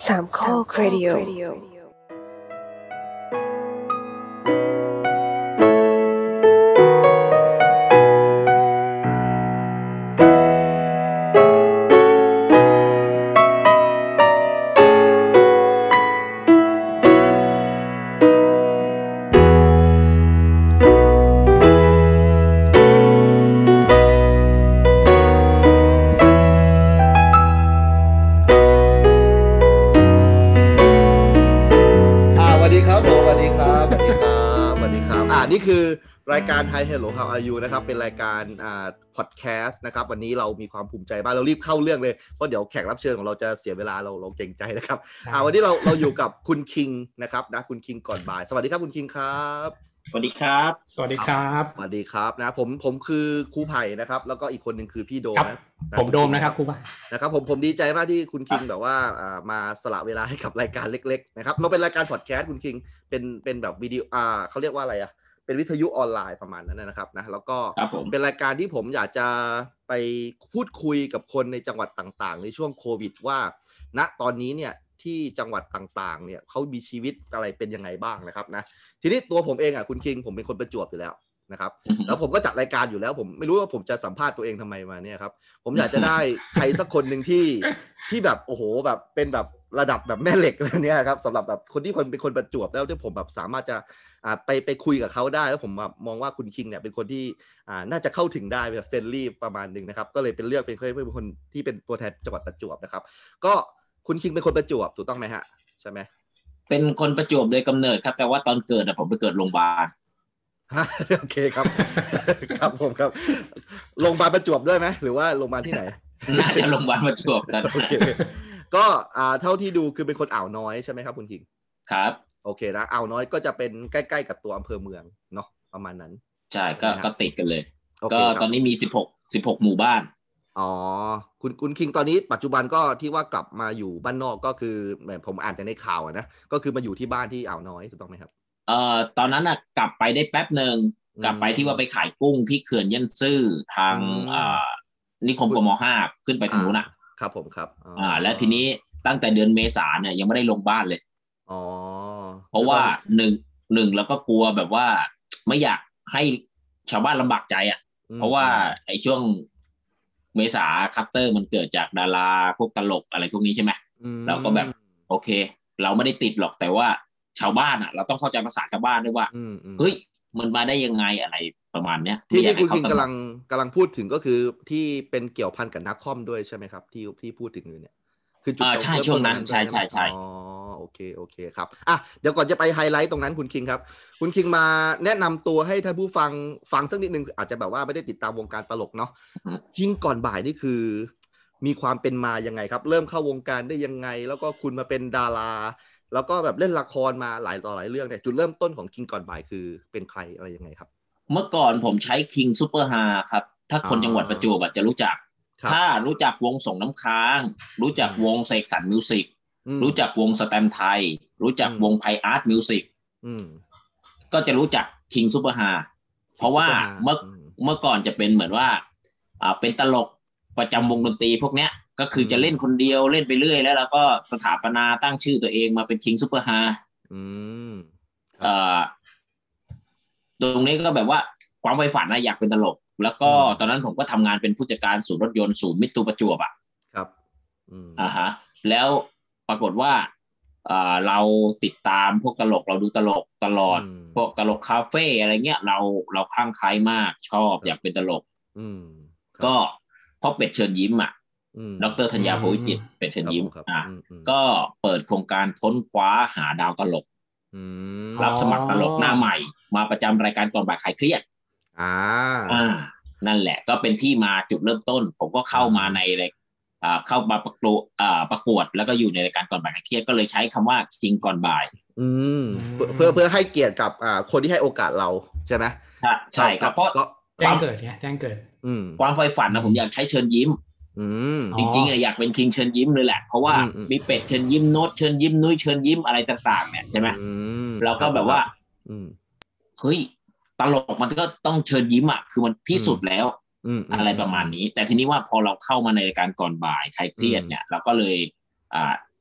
สามข้อครดิโอนี่คือรายการ Hi Hello How Are You นะครับเป็นรายการพอดแคสต์นะครับวันนี้เรามีความภูมิใจบ้างเรารีบเข้าเรื่องเลยเพราะเดี๋ยวแขกรับเชิญของเราจะเสียเวลาเราเกรงใจนะครับวันนี้เราอยู่กับคุณคิงนะครับนะคุณคิงก่อนบ่ายสวัสดีครับคุณคิงครับสวัสดีครับสวัสดีครับสวัสดีครับนะผมคือครูไผ่นะครับแล้วก็อีกคนนึงคือพี่โดมนะผมโดมนะครับครูไผ่นะครับผมดีใจมากที่คุณคิงแบบว่ามาสละเวลาให้กับรายการเล็กๆนะครับเราเป็นรายการพอดแคสต์คุณคิงเป็นแบบวิดีโอเขาเรียกว่าอะไรเป็นวิทยุออนไลน์ประมาณนั้นนะครับนะแล้วก็เป็นรายการที่ผมอยากจะไปพูดคุยกับคนในจังหวัดต่างๆในช่วงโควิดว่าณตอนนี้เนี่ยที่จังหวัดต่างๆเนี่ยเขามีชีวิตอะไรเป็นยังไงบ้างนะครับนะทีนี้ตัวผมเองคุณคิงผมเป็นคนประจวบอยู่แล้วนะครับแล้วผมก็จัดรายการอยู่แล้วผมไม่รู้ว่าผมจะสัมภาษณ์ตัวเองทำไมมาเนี่ยครับผมอยากจะได้ใครสักคนหนึ่งที่แบบโอ้โหแบบเป็นแบบระดับแบบแม่เหล็กอะไรเนี่ยครับสำหรับแบบคนที่เป็นคนประจวบแล้วที่ผมแบบสามารถจะไปคุยกับเขาได้แล้วผมแบบมองว่าคุณคิงเนี่ยเป็นคนที่น่าจะเข้าถึงได้แบบเฟรนลี่ประมาณนึงนะครับก็เลยเป็นเลือกเป็นคนที่เป็นตัวแทนจังหวัดประจวบนะครับก็คุณคิงเป็นคนประจวบถูกต้องไหมฮะใช่ไหมเป็นคนประจวบโดยกำเนิดครับแต่ว่าตอนเกิดผมไปเกิดโรงพยาบาลโอเคครับครับผมครับโรงพยาบาลประจวบด้วยไหมหรือว่าโรงพยาบาลที่ไหนน่าจะโรงพยาบาลประจวบกันโอเคก็เท่าที่ดูคือเป็นคนอ่าวน้อยใช่ไหมครับคุณคิงครับโอเคนะอ่าวน้อยก็จะเป็นใกล้ๆกับตัวอำเภอเมืองเนาะประมาณนั้นใช่ก็ติดกันเลยก็ตอนนี้มี16หมู่บ้านอ๋อคุณคิงตอนนี้ปัจจุบันก็ที่ว่ากลับมาอยู่บ้านนอกก็คือแบบผมอ่านแต่ในข่าวนะก็คือมาอยู่ที่บ้านที่อ่าวน้อยถูกต้องไหมครับตอนนั้นกลับไปได้แป๊บนึงกลับไปที่ว่าไปขายกุ้งที่เขื่อนเยี่ยนซื่อทางนิคมกม.5ขึ้นไปทางนู้นครับผมครับและทีนี้ตั้งแต่เดือนเมษาเนี่ยยังไม่ได้ลงบ้านเลยเพราะว่าหนึ่งแล้วก็กลัวแบบว่าไม่อยากให้ชาวบ้านลำบากใจเพราะว่าไอ้ช่วงเมษาคัตเตอร์มันเกิดจากดาราพวกตลกอะไรพวกนี้ใช่ไหมเราก็แบบโอเคเราไม่ได้ติดหรอกแต่ว่าชาวบ้านเราต้องเข้าใจภาษาชาวบ้านด้วยว่าเฮ้ยมันมาได้ยังไงอะไรประมาณเนี้ยที่คุณคิงกำลังพูดถึงก็คือที่เป็นเกี่ยวพันกับนักคอมด้วยใช่ไหมครับที่พูดถึงอยู่เนี่ยคือจุดใช่ช่วงนั้นใช่อ๋อโอเคครับเดี๋ยวก่อนจะไปไฮไลท์ตรงนั้นคุณคิงครับคุณคิงมาแนะนำตัวให้ท่านผู้ฟังสักนิดนึงอาจจะแบบว่าไม่ได้ติดตามวงการตลกเนาะคิงก่อนบ่ายนี่คือมีความเป็นมายังไงครับเริ่มเข้าวงการได้ยังไงแล้วก็คุณมาเป็นดาราแล้วก็แบบเล่นละครมาหลายต่อหลายเรื่องเนี่ยจุดเริ่มต้นของคิงก่อนบ่ายคือเป็นใครอะไรยังไงครับเมื่อก่อนผมใช้คิงซูเปอร์ฮาครับถ้าคนจังหวัดประจวบจะรู้จักถ้ารู้จักวงส่งน้ำค้างรู้จักวงเสกสรรมิวสิกรู้จักวงสแตมไทยรู้จักวงไพอาร์ตมิวสิกก็จะรู้จักคิงซูเปอร์ฮาเพราะว่าเมื่อก่อนจะเป็นเหมือนว่าเป็นตลกประจำวงดนตรีพวกเนี้ยก็คือจะเล่นคนเดียวเล่นไปเรื่อยแล้วเราก็สถาปนาตั้งชื่อตัวเองมาเป็นคิงซูเปอร์ฮาตรงนี้ก็แบบว่าความใฝ่ฝันอยากเป็นตลกแล้วก็ตอนนั้นผมก็ทำงานเป็นผู้จัดการศูนย์รถยนต์ศูนย์มิตซูประจวบครับแล้วปรากฏว่าเราติดตามพวกตลกเราดูตลกตลอดพวกตลกคาเฟ่อะไรเงี้ยเราคลั่งไคล้มากชอบอยากเป็นตลกก็พ่อเป็ดเชิญยิ้มดร.ธัญญา โพวิจิตรเป็ดเชิญยิ้มก็เปิดโครงการค้นคว้าหาดาวตลกรับสมัครตลกหน้าใหม่มาประจำรายการก่อนบ่ายคลายเครียดนั่นแหละก็เป็นที่มาจุดเริ่มต้นผมก็เข้ามาในเข้ามาประกวดแล้วก็อยู่ในรายการก่อนบ่ายคลายเครียดก็เลยใช้คำว่าคิงก่อนบ่ายเพื่อให้เกียรติกับคนที่ให้โอกาสเราใช่ไหมใช่ครับเพราะแจ้งเกิดเนี่ยแจ้งเกิดความใฝ่ฝันผมอยากใช้เชิญยิ้มจริงๆอยากเป็นคิงเชิญยิ้มเลยแหละเพราะว่ามีเป็ดเชิญยิ้มโน้ตเชิญยิ้มนุ้ยเชิญยิ้มอะไรต่างๆเนี่ยใช่ไหมเราก็แบบว่าเฮ้ยตลกมันก็ต้องเชิญยิ้มคือมันที่สุดแล้วอะไรประมาณนี้แต่ทีนี้ว่าพอเราเข้ามาในรายการก่อนบ่ายใครเครียดเนี่ยเราก็เลย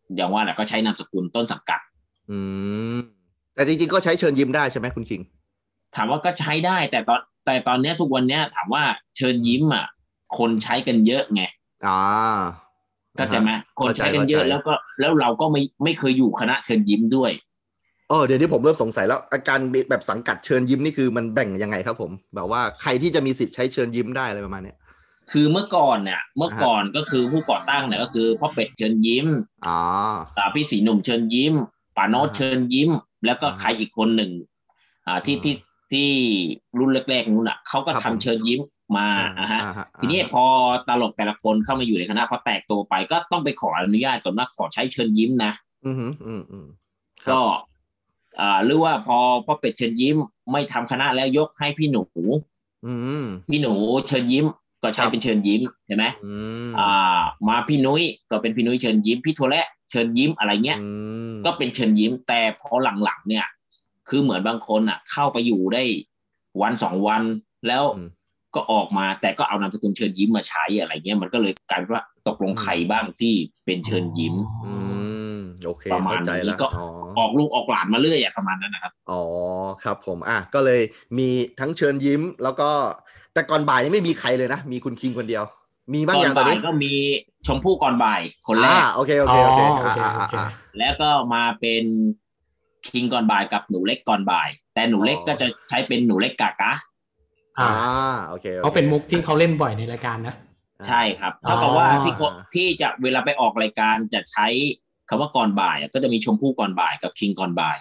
อย่างว่าแหละก็ใช้นามสกุลต้นสังกัดแต่จริงๆก็ใช้เชิญยิ้มได้ใช่ไหมคุณคิงถามว่าก็ใช้ได้แต่ตอนนี้ทุกวันนี้ถามว่าเชิญยิ้มอ่ะคนใช้กันเยอะไงก็จะไหมคนใช้กันเยอะแล้วเราก็ไม่เคยอยู่คณะเชิญยิ้มด้วยเดี๋ยวนี้ผมเริ่มสงสัยแล้วอาการแบบสังกัดเชิญยิ้มนี่คือมันแบ่งยังไงครับผมแบบว่าใครที่จะมีสิทธิ์ใช้เชิญยิ้มได้อะไรประมาณนี้คือเมื่อก่อนก็คือผู้ก่อตั้งเนี่ยก็คือพ่อเป็ดเชิญยิ้มพี่สีหนุ่มเชิญยิ้มป่าโน้ตเชิญยิ้มแล้วก็ใครอีกคนหนึ่งที่รุ่นแรกๆนู้นเขาก็ทำเชิญยิ้มมาทีนี้พอตลกแต่ละคนเข้ามาอยู่ในคณะพอแตกตัวไปก็ต้องไปขออนุญาตก่อนว่าขอใช้เชิญยิ้มนะก็หรือว่าพอพ่อเป็ดเชิญยิ้มไม่ทำคณะแล้วยกให้พี่หนูเชิญยิ้มก็ใช้เป็นเชิญยิ้มใช่ไหมมาพี่นุ้ยก็เป็นพี่นุ้ยเชิญยิ้มพี่โทและเชิญยิ้มอะไรเงี้ยก็เป็นเชิญยิ้มแต่พอหลังๆเนี่ยคือเหมือนบางคนเข้าไปอยู่ได้วัน2 วันแล้วก็ออกมาแต่ก็เอานามสกุลเชิญยิ้มมาใช้อะไรเงี้ยมันก็เลยกลายเป็นว่าตกลงใครบ้างที่เป็นเชิญยิ้มโอเคประมาณนี้ก็ออกลูกออกหลานมาเรื่อยประมาณนั้นนะครับครับผมก็เลยมีทั้งเชิญยิ้มแล้วก็แต่ก่อนบ่ายนี่ไม่มีใครเลยนะมีคุณคิงคนเดียวมีบ้างอย่างตอนนี้ก็มีชมพู่ก่อนบ่ายคนแรกโอเคแล้วก็มาเป็นคิงก่อนบ่ายกับหนูเล็กก่อนบ่ายแต่หนูเล็กก็จะใช้เป็นหนูเล็กกากะโอเคเขาเป็นมุกที่เขาเล่นบ่อยในรายการนะใช่ครับเท่ากับว่าที่จะเวลาไปออกรายการจะใช้คำว่าก่อนบ่ายก็จะมีชมพู่ก่อนบ่ายกับคิงก่อนบ่าย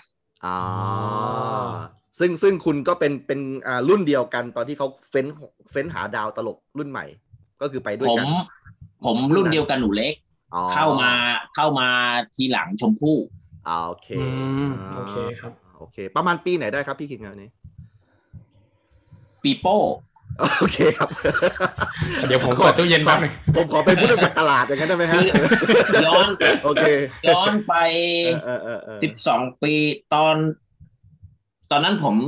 ซึ่งคุณก็เป็นรุ่นเดียวกันตอนที่เขาเฟ้นหาดาวตลกรุ่นใหม่ก็คือไปด้วยกันผมรุ่นเดียวกันหนูเล็กเข้ามาทีหลังชมพู่โอเคครับโอเคประมาณปีไหนได้ครับพี่คิงอันนี้ปีโป้โอเคครับเดี๋ยวผมขอตู้เย็นแป๊บนึงผมขอเป็นพุทธศักราชอย่างนั้นได้ไหมฮะโอเคย้อนไป12 ปีตอนนั้นผม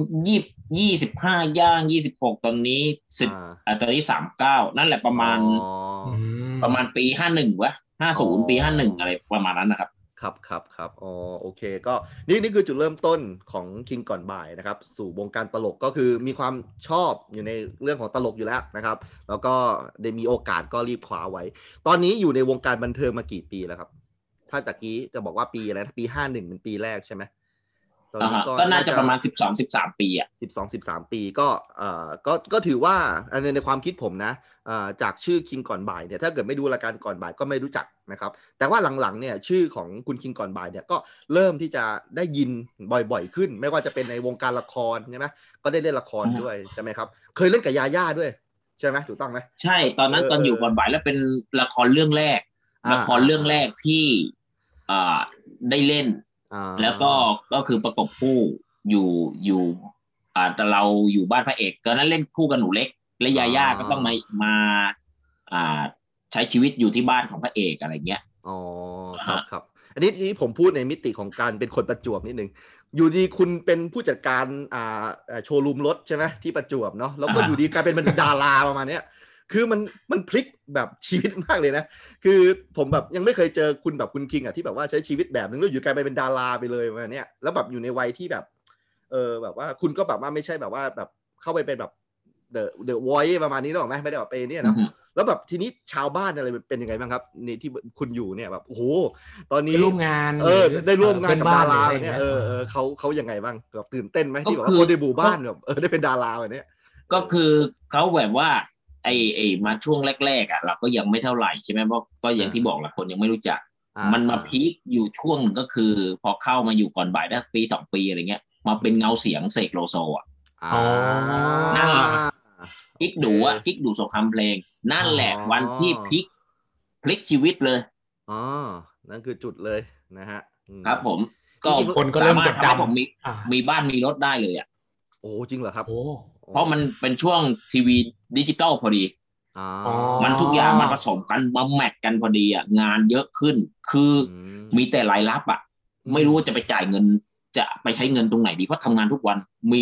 25ย่าง26ตอนนี้10ตอนนี้39นั่นแหละประมาณปี51วะ50ปี51อะไรประมาณนั้นนะครับครับโอเคก็นี่คือจุดเริ่มต้นของคิงก่อนบ่ายนะครับสู่วงการตลกก็คือมีความชอบอยู่ในเรื่องของตลกอยู่แล้วนะครับแล้วก็ได้มีโอกาสก็รีบคว้าไว้ตอนนี้อยู่ในวงการบันเทิงมากี่ปีแล้วครับถ้าตะกี้จะบอกว่าปีอะไรปี51เป็นปีแรกใช่ไหมตอนนี้ก็น่าจะประมาณ12-13 ปี 12-13 ปีก็ถือว่าในความคิดผมนะจากชื่อคิงก่อนบ่ายเนี่ยถ้าเกิดไม่ดูรายการก่อนบ่ายก็ไม่รู้จักนะครับแต่ว่าหลังๆเนี่ยชื่อของคุณคิงก่อนบ่ายเนี่ยก็เริ่มที่จะได้ยินบ่อยๆขึ้นไม่ว่าจะเป็นในวงการละครใช่ไหมก็ได้เล่นละครด้วยใช่ไหมครับเคยเล่นกับยาย่าด้วยใช่ไหมถูกต้องไหมใช่ตอนนั้นตอนอยู่ก่อนบ่ายแล้วเป็นละครเรื่องแรกที่ได้เล่นแล้วก็คือประกบคู่อยู่แต่เราอยู่บ้านพระเอกตอนนั้นเล่นคู่กับหนูเล็กและยาย่าก็ต้องมาใช้ชีวิตอยู่ที่บ้านของพระเอกอะไรเงี้ยครับอันนี้ที่ผมพูดในมิติของการเป็นคนประจวบนิดนึงอยู่ดีคุณเป็นผู้จัดการโชว์รูมรถใช่ไหมที่ประจวบเนาะแล้วก็อยู่ดีกลายเป็นดาราประมาณนี้คือมันพลิกแบบชีวิตมากเลยนะคือผมแบบยังไม่เคยเจอคุณแบบคุณคิงที่แบบว่าใช้ชีวิตแบบนึงแล้วอยู่กลายไปเป็นดาราไปเลยแบบนี้แล้วแบบอยู่ในวัยที่แบบแบบว่าคุณก็แบบว่าไม่ใช่แบบว่าแบบเข้าไปเป็นแบบthe voice ประมาณนี้หรอกไหมไม่ได้แบบไปเนี่ยนะแล้วแบบทีนี้ชาวบ้านอะไรเป็นยังไงบ้างครับในที่คุณอยู่เนี่ยแบบโอ้โหตอนนี้ร่วมงานได้ร่วมงานกับดาราเนี่ยเขายังไงบ้างแบบตื่นเต้นไหมที่แบบว่าคนในหมู่บ้านแบบได้เป็นดาราแบบนี้ก็คือเขาแบบว่าไอ้มาช่วงแรกๆเราก็ยังไม่เท่าไหร่ใช่ไหมเพราะก็อย่างที่บอกแหละคนยังไม่รู้จักมันมาพีคอยู่ช่วงก็คือพอเข้ามาอยู่ก่อนบ่ายได้ปี2 ปีอะไรเงี้ยมาเป็นเงาเสียงเสกโลโซนั่นแหละกิ๊กดูสงครามเพลงนั่นแหละวันที่พลิกชีวิตเลยนั่นคือจุดเลยนะฮะครับผมก็คนก็เริ่มจดจำผมมีบ้านมีรถได้เลยโอ้จริงเหรอครับเพราะมันเป็นช่วงทีวีดิจิตอลพอดีมันทุกอย่างมันผสมกันมาแมทกันพอดีงานเยอะขึ้นคือมีแต่รายรับไม่รู้ว่าจะไปจ่ายเงินจะไปใช้เงินตรงไหนดีเพราะทำงานทุกวันมี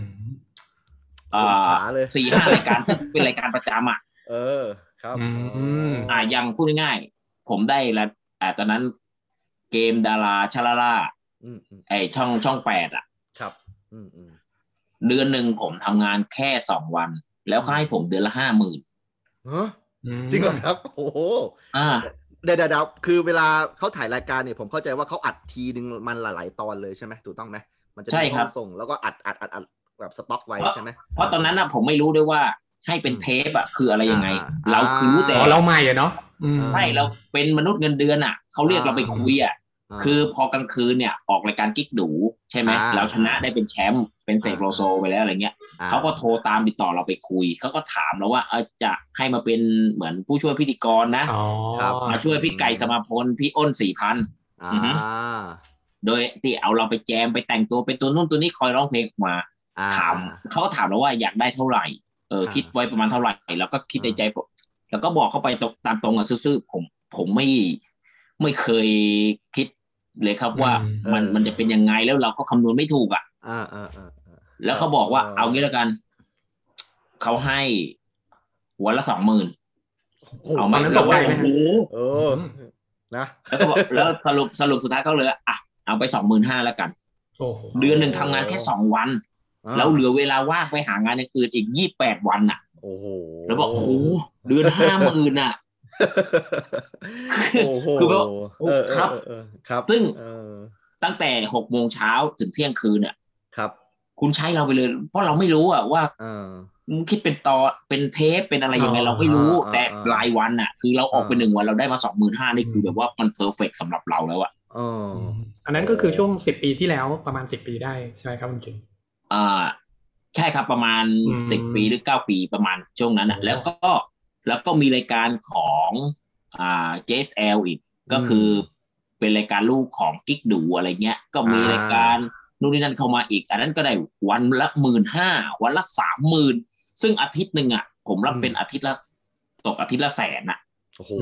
4-5 รายการซึ่งเป็นรายการประจำครับอย่างพูดง่ายๆผมได้ละตอนนั้นเกมดาราชาลาล่าไอช่อง8อ่ะครับเดือนหนึ่งผมทำงานแค่2 วันแล้วก็ให้ผมเดือนละ 50,000 ฮะจริงเหรอครับโอ้โหเดี๋ยวคือเวลาเขาถ่ายรายการเนี่ยผมเข้าใจว่าเขาอัดทีนึงมันหลายๆตอนเลยใช่ไหมถูกต้องไหมมันจะมีห้องส่งแล้วก็อัดแบบสต็อกไว้ใช่ไหมเพราะตอนนั้นนะผมไม่รู้ด้วยว่าให้เป็นเทปอะคืออะไรยังไงเราคือรู้แต่เราใหม่อะเนาะใช่เราเป็นมนุษย์เงินเดือนอะเขาเรียกเราไปคุยอะคือพอกลางคืนเนี่ยออกรายการกิ๊กดูใช่ไหมเราชนะได้เป็นแชมป์เป็นเสกโลโซไปแล้วอะไรเงี้ยเขาก็โทรตามติดต่อเราไปคุยเขาก็ถามเราว่าจะให้มาเป็นเหมือนผู้ช่วยพิธีกรนะมาช่วยพี่ไก่สมาพลพี่อ้น4,000โดยที่เอาเราไปแจมไปแต่งตัวเป็นตัวนู่นตัวนี้คอยร้องเพลงมาถามเขาก็ถามเราว่าอยากได้เท่าไหร่คิดไว้ประมาณเท่าไหร่แล้วก็คิดในใจผมแล้วก็บอกเข้าไปตามตรงอ่ะซื่อๆผมไม่เคยคิดเลยครับว่ามันจะเป็นยังไงแล้วเราก็คำนวณไม่ถูกอ่ะแล้วเขาบอกว่าเอางี้แล้วกันเขาให้วันละ 20,000เอาไหมเราว่าโอ้โหนะแล้วสรุปสุดท้ายก็เลยเอาไป 25,000แล้วกันเดือนหนึ่งทำงานแค่2 วันแล้วเหลือเวลาว่างไปหางานอย่างอื่นอีก28 วันอ่ะโอ้โหแล้วบอกโอ้โหเดือน 50,000 อ่ะคือแบบครับซึ่งตั้งแต่6 โมงเช้าถึงเที่ยงคืนอ่ะครับคุณใช้เราไปเลยเพราะเราไม่รู้อ่ะว่าคิดเป็นต่อเป็นเทปเป็นอะไรยังไงเราไม่รู้แต่รายวันอ่ะคือเราออกไป1 วันเราได้มา 25,000นี่คือแบบว่ามันเพอร์เฟกต์สำหรับเราแล้วอ่ะอันนั้นก็คือช่วง10 ปีที่แล้วประมาณ10 ปีได้ใช่ไหมครับคุณจิงใช่ครับประมาณ10 ปีหรือ9 ปีประมาณช่วงนั้นอ่ะแล้วก็มีรายการของJSL อีกก็คือเป็นรายการลูกของกิ๊กดูอะไรเงี้ยก็มีรายการนู่นนี่นั่นเข้ามาอีกอันนั้นก็ได้วันละ 15,000 วันละ 30,000ซึ่งอาทิตย์นึงอ่ะผมรับเป็นอาทิตย์ละตกอาทิตย์ละแสนอ่ะโอ้โห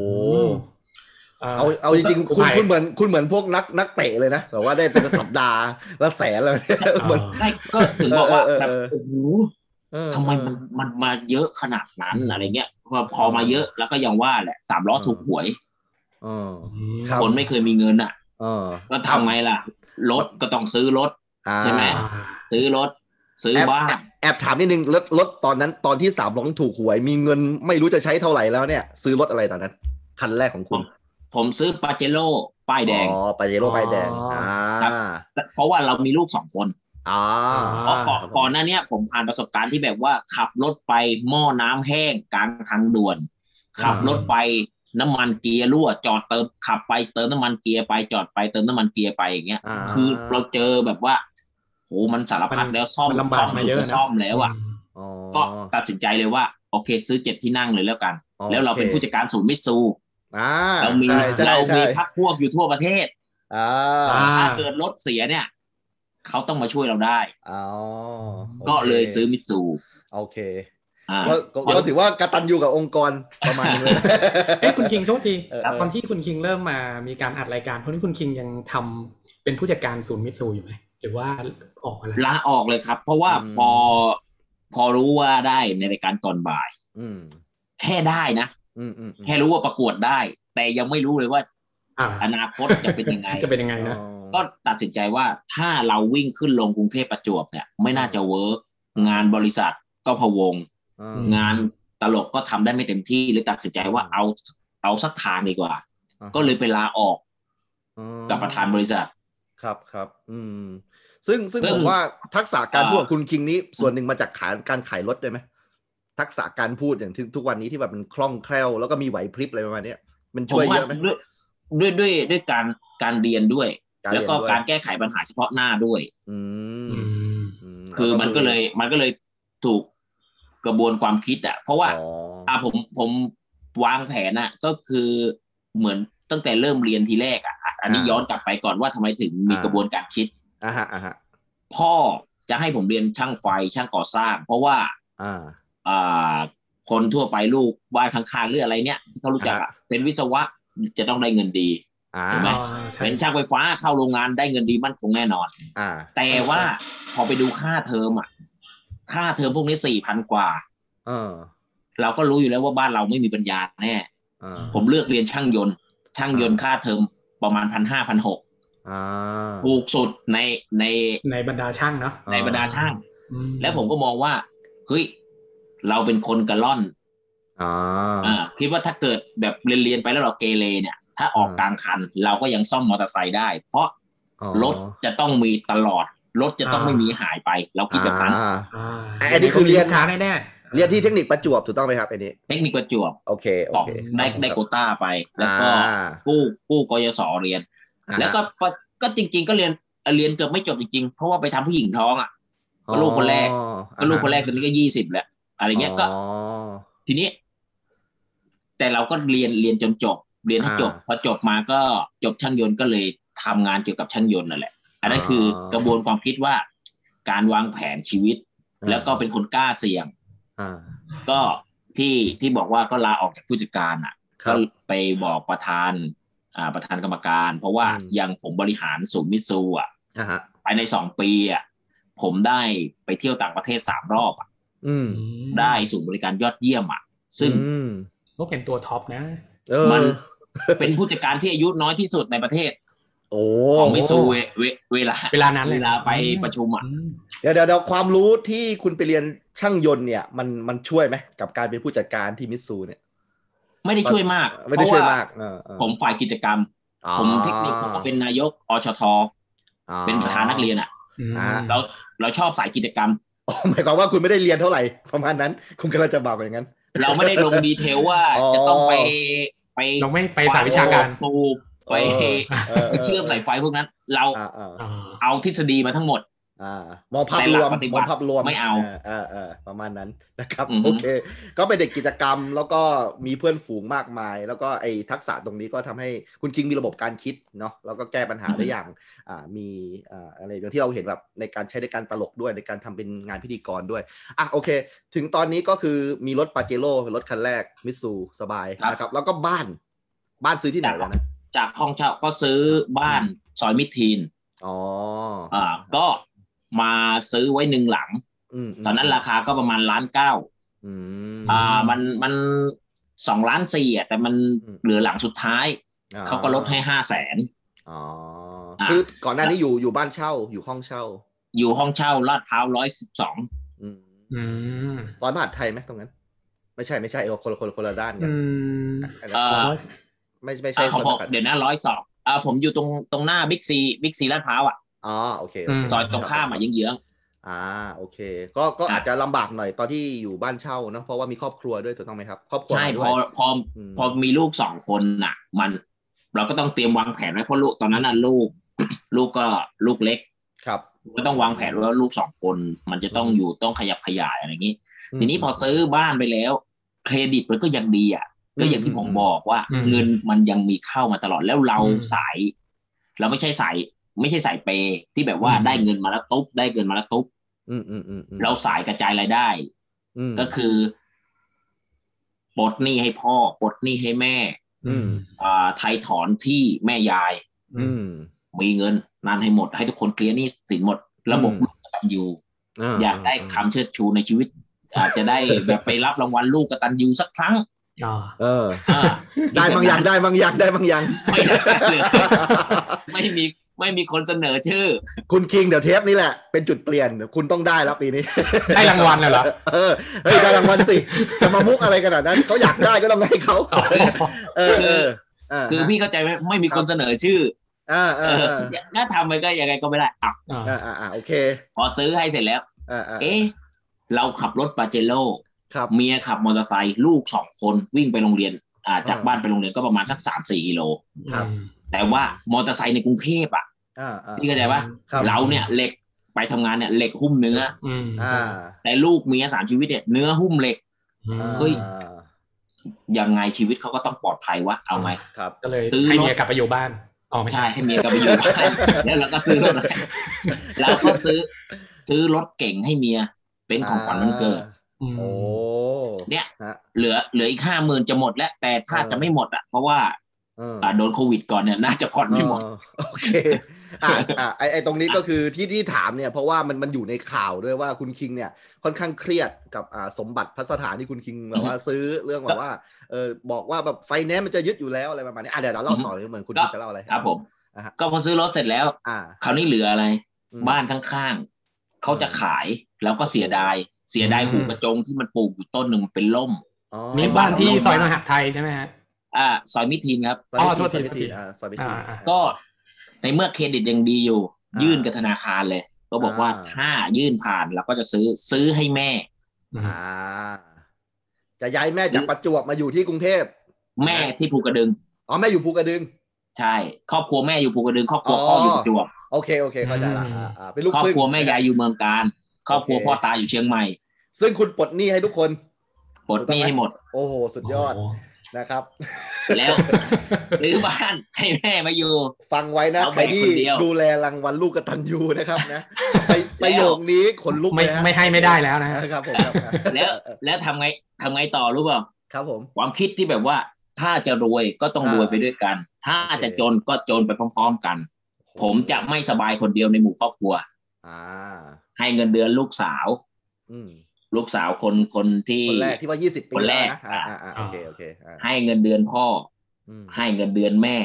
เอาจริงๆคุณเหมือนพวกนักเตะเลยนะแต่ว่าได้เป็นสัปดาห์ละแสนเลยเหมือนได้ก็ถึงบอกว่าแบบโอ้โหทำไมมันมาเยอะขนาดนั้นอะไรเงี้ยพอมาเยอะแล้วก็ยังว่าแหละ3 ล้อถูกหวยคนไม่เคยมีเงินอ่ะก็ทำไงล่ะรถก็ต้องซื้อรถใช่ไหมซื้อรถซื้อบ้านแอบถามนิดนึงรถตอนนั้นตอนที่3 ล้อถูกหวยมีเงินไม่รู้จะใช้เท่าไหร่แล้วเนี่ยซื้อรถอะไรตอนนั้นคันแรกของคุณผมซื้อปาเจโร่ป้ายแดงปาเจโร่ป้ายแดงเพราะว่าเรามีลูก2 คนก่อนหน้านี้ผมผ่านประสบการณ์ที่แบบว่าขับรถไปหม้อน้ำแห้งกลางทางด่วนขับรถไปน้ำมันเกียร์รั่วจอดเติมขับไปเติมน้ำมันเกียร์ไปจอดไปเติมน้ำมันเกียร์ไปอย่างเงี้ยคือเราเจอแบบว่าโหมันสารพัดแล้วซ่อมแล้วอ่ะก็ตัดสินใจเลยว่าโอเคซื้อ7 ที่นั่งเลยแล้วกันแล้วเราเป็นผู้จัดการศูนย์มิตซูเรามีพรรคพวกอยู่ทั่วประเทศถ้าเกิดรถเสียเนี่ยเขาต้องมาช่วยเราได้ก็เลยซื้อมิตซูโอเคก็ถือว่ากตัญญูกับองค์กรประมาณนึงคุณคิงโทษทีตอนที่คุณคิงเริ่มมามีการอัดรายการเพราะนี่คุณคิงยังทำเป็นผู้จัดการศูนย์มิตซูอยู่ไหมหรือว่าออกลาออกเลยครับเพราะว่าพอรู้ว่าได้ในรายการก่อนบ่ายแค่ได้นะแค่รู้ว่าประกวดได้แต่ยังไม่รู้เลยว่าอนาคตจะเป็นยังไงนะก็ตัดสินใจว่าถ้าเราวิ่งขึ้นลงกรุงเทพประจวบเนี่ยไม่น่าจะเวิร์กงานบริษัทก็พะวงงานตลกก็ทำได้ไม่เต็มที่เลยตัดสินใจว่าเอาสักทางดีกว่าก็เลยไปลาออกกับประธานบริษัทครับซึ่งผมว่าทักษะการพูดของคุณคิงนี้ส่วนหนึ่งมาจากการขายรถด้วยไหมทักษะการพูดอย่างทุกวันนี้ที่แบบมันคล่องแคล่วแล้วก็มีไหวพริบอะไรประมาณนี้มันช่วยเยอะไหมด้วยการเรียนด้วยแล้วก็การแก้ไขปัญหาเฉพาะหน้าด้วยคือมันก็เลยถูกกระบวนความคิดอ่ะเพราะว่าผมวางแผนอ่ะก็คือเหมือนตั้งแต่เริ่มเรียนทีแรกอ่ะอันนี้ย้อนกลับไปก่อนว่าทำไมถึงมีกระบวนการคิดพ่อจะให้ผมเรียนช่างไฟช่างก่อสร้างเพราะว่าคนทั่วไปลูกบ้านข้างๆหรืออะไรเนี่ยที่เขารู้จักเป็นวิศวะจะต้องได้เงินดีใช่ไหมเป็นช่างไฟฟ้าเข้าโรงงานได้เงินดีมั่นคงแน่นอนแต่ว่าพอไปดูค่าเทอมค่าเทอมพวกนี้ 4,000 กว่าเราก็รู้อยู่แล้วว่าบ้านเราไม่มีปัญญาแน่ผมเลือกเรียนช่างยนต์ค่าเทอมประมาณ 1,500-1,600 ถูกสุดในบรรดาช่างเนาะในบรรดาช่างแล้วผมก็มองว่าเฮ้ยเราเป็นคนกระล่อนคิดว่าถ้าเกิดแบบเรียนไปแล้วเราเกเรเนี่ยถ้าออกกลางคันเราก็ยังซ่อมมอเตอร์ไซค์ได้เพราะรถจะต้องมีตลอดรถจะต้องไม่มีหายไปเราคิดแบบนั้นอันนี้คือเรียนค้าแน่เรียนที่เทคนิคประจวบถูกต้องไหมครับอันนี้เทคนิคประจวบโอเคได้โควต้าไปแล้วก็กู้กยศเรียนแล้วก็จริงๆก็เรียนเกือบไม่จบจริงๆเพราะว่าไปทำผู้หญิงท้องก็ลูกคนแรกตอนนี้ก็20แล้วอะไรเงี้ยก็ทีนี้แต่เราก็เรียนจนจบเรียนให้จบพอจบมาก็จบช่างยนต์ก็เลยทำงานเกี่ยวกับช่างยนต์นั่นแหละอันนั้นคือกระบวนความคิดว่าการวางแผนชีวิตแล้วก็เป็นคนกล้าเสี่ยงก็ที่บอกว่าก็ลาออกจากผู้จัดการก็ไปบอกประธานกรรมการเพราะว่ายังผมบริหารศูนย์มิตซูภายใน2 ปีผมได้ไปเที่ยวต่างประเทศ3 รอบได้ศูนย์บริการยอดเยี่ยมซึ่งก็เป็นตัวท็อปนะมันเป็นผู้จัดการที่อายุน้อยที่สุดในประเทศของมิตซูเวลานั้นเวลาไปประชุมเดี๋ยวความรู้ที่คุณไปเรียนช่างยนต์เนี่ยมันช่วยไหมกับการเป็นผู้จัดการที่มิตซูเนี่ยไม่ได้ช่วยมากไม่ได้ช่วยมากผมฝ่ายกิจกรรมผมเทคนิคผมก็เป็นนายกอชทเป็นประธานนักเรียนเราชอบสายกิจกรรมหมายความว่าคุณไม่ได้เรียนเท่าไหร่ประมาณนั้นคุณกำลังจะบอกอย่างนั้นเราไม่ได้ลงดีเทลว่าจะต้องไปเราไม่ไปสายวิชาการไปเชื่อมสายไฟพวกนั้นเราเอาทฤษฎีมาทั้งหมดมองภาพรวมไม่เอาประมาณนั้นนะครับโอเคก็เป็นเด็กกิจกรรมแล้วก็มีเพื่อนฝูงมากมายแล้วก็ไอ้ทักษะตรงนี้ก็ทำให้คุณคิงมีระบบการคิดเนาะแล้วก็แก้ปัญหาได้อย่างมีอะไรอย่างที่เราเห็นแบบในการใช้ในการตลกด้วยในการทำเป็นงานพิธีกรด้วยโอเคถึงตอนนี้ก็คือมีรถปาเจโร่รถคันแรกมิตซูสบายนะครับแล้วก็บ้านซื้อที่ไหนแล้วนะจากห้องเช่าก็ซื้อบ้านซอยมิตรทีนก็มาซื้อไว้1 หลังตอนนั้นราคาก็ประมาณ1,900,000มัน2.4 ล้านแต่มันเหลือหลังสุดท้ายเขาก็ลดให้500,000 คือก่อนหน้านี้อยู่บ้านเช่าอยู่ห้องเช่าลาดพร้าว112 ซอยมหาดไทยไหมตรงนั้นไม่ใช่คนละด้านกันไม่ใช่ของผมเดี๋ยวนะ102ผมอยู่ตรงหน้าบิ๊กซีลาดพร้าวโอเคตอนตรงข้ามเยื้องโอเคก็อาจจะลำบากหน่อยตอนที่อยู่บ้านเช่าเนาะเพราะว่ามีครอบครัวด้วยถูกต้องไหมครับครอบครัวใช่พอมีลูก2 คนมันเราก็ต้องเตรียมวางแผนไว้เพราะลูกตอนนั้นลูกก็ลูกเล็กครับก็ต้องวางแผนว่าลูก2 คนมันจะต้องอยู่ต้องขยับขยายอะไรอย่างนี้ทีนี้พอซื้อบ้านไปแล้วเครดิตมันก็ยังดีก็อย่างที่ผมบอกว่าเงินมันยังมีเข้ามาตลอดแล้วเราไม่ใช่สายเปย์ที่แบบว่าได้เงินมาแล้วตุ๊บเราสายกระจายรายได้ก็คือปลดหนี้ให้พ่อปลดหนี้ให้แม่ไทยถอนที่แม่ยายมีเงินนั่นให้หมดให้ทุกคนเคลียร์หนี้สินหมดระบบลูกกตัญญูอยากได้คำเชิดชูในชีวิตอาจจะได้แบบไปรับรางวัลลูกกตัญญูสักครั้งได้บางอย่างไม่ได้ไม่มีคนเสนอชื่อคุณคิงเดี๋ยวเทปนี้แหละเป็นจุดเปลี่ยนคุณต้องได้แล้วปีนี้ได้รางวัลเหรอเฮ้ยได้รางวัลสิจะมามุกอะไรขนาดนั้นเขาอยากได้ก็ต้องให้เขาคือพี่เข้าใจไหมไม่มีคนเสนอชื่อน่าทำไปก็ยังไงก็ไม่ได้โอเคพอซื้อให้เสร็จแล้วเราขับรถปาเจโร่เมียขับมอเตอร์ไซค์ลูก2 คนวิ่งไปโรงเรียนจากบ้านไปโรงเรียนก็ประมาณสัก 3-4 กิโลแต่ว่ามอเตอร์ไซค์ในกรุงเทพพี่เข้าใจว่าเราเนี่ยเหล็กไปทำงานเนี่ยเหล็กหุ้มเนื้อแต่ลูกเมีย3 ชีวิตเนี่ยเนื้อหุ้มเหล็กเฮ้ยยังไงชีวิตเขาก็ต้องปลอดภัยวะเอาไงก็เลยให้เมียกลับไปอยู่บ้านไม่ใช่ให้เมียกลับไปอยู่บ้านแล้วเราก็ซื้อรถเราก็ซื้อรถเก่งให้เมียเป็นของขวัญวันเกิดเนี่ยเหลืออีก 50,000จะหมดแล้วแต่ถ้าจะไม่หมดเพราะว่าโดนโควิดก่อนเนี่ยน่าจะผ่อนไม่หมดโอเคไอตรงนี้ก็คือที่ถามเนี่ยเพราะว่ามันอยู่ในข่าวด้วยว่าคุณคิงเนี่ยค่อนข้างเครียดกับสมบัติพัสถานที่คุณคิงแบบว่าซื้อเรื่องแบบว่าบอกว่าแบบไฟแนนซ์มันจะยึดอยู่แล้วอะไรประมาณนี้เดี๋ยวเราเล่าต่อเลยเหมือนคุณจะเล่าอะไรครับผมก็พอซื้อรถเสร็จแล้วคราวนี้เหลืออะไรบ้านข้างๆเขาจะขายแล้วก็เสียดายหูกระจงที่มันปลูกอยู่ต้นหนึ่งเป็นล่มนี่บ้านที่ซอยมหาไทยใช่ไหมฮะซอยมิตรทินครับโทษทีซอยมิตรทินก็ในเมื่อเครดิตยังดีอยู่ยื่นกับธนาคารเลยก็บอกว่าถ้ายื่นผ่านเราก็จะซื้อให้แม่จะย้ายแม่จากประจวบมาอยู่ที่กรุงเทพแม่ที่ภูกระดึงแม่อยู่ภูกระดึงใช่ครอบครัวแม่อยู่ภูกระดึงครอบครัวพ่ออยู่ประจวบโอเคเข้าใจละเป็นลูกครอบครัวแม่ยายอยู่เมืองการครอบครัวพ่อตาอยู่เชียงใหม่ซึ่งคุณปลดหนี้ให้ทุกคนปลดหนี้ให้หมดโอ้โหสุดยอดนะครับแล้วซื้อบ้านให้แม่มาอยู่ฟังไว้นะใครที่ดูแลรางวัลลูกกตัญญูนะครับนะประโยคนี้ขนลุกเลยไม่ให้ไม่ได้แล้วนะครับผมแล้วทำไงต่อรู้เปล่าครับผมความคิดที่แบบว่าถ้าจะรวยก็ต้องรวยไปด้วยกันถ้าจะจนก็จนไปพร้อมๆกันผมจะไม่สบายคนเดียวในหมู่ครอบครัวให้เงินเดือนลูกสาวคนที่คนแรกที่ว่า20 ปีคนแรกโอเคให้เงินเดือนพ่อให้เงินเดือนแม่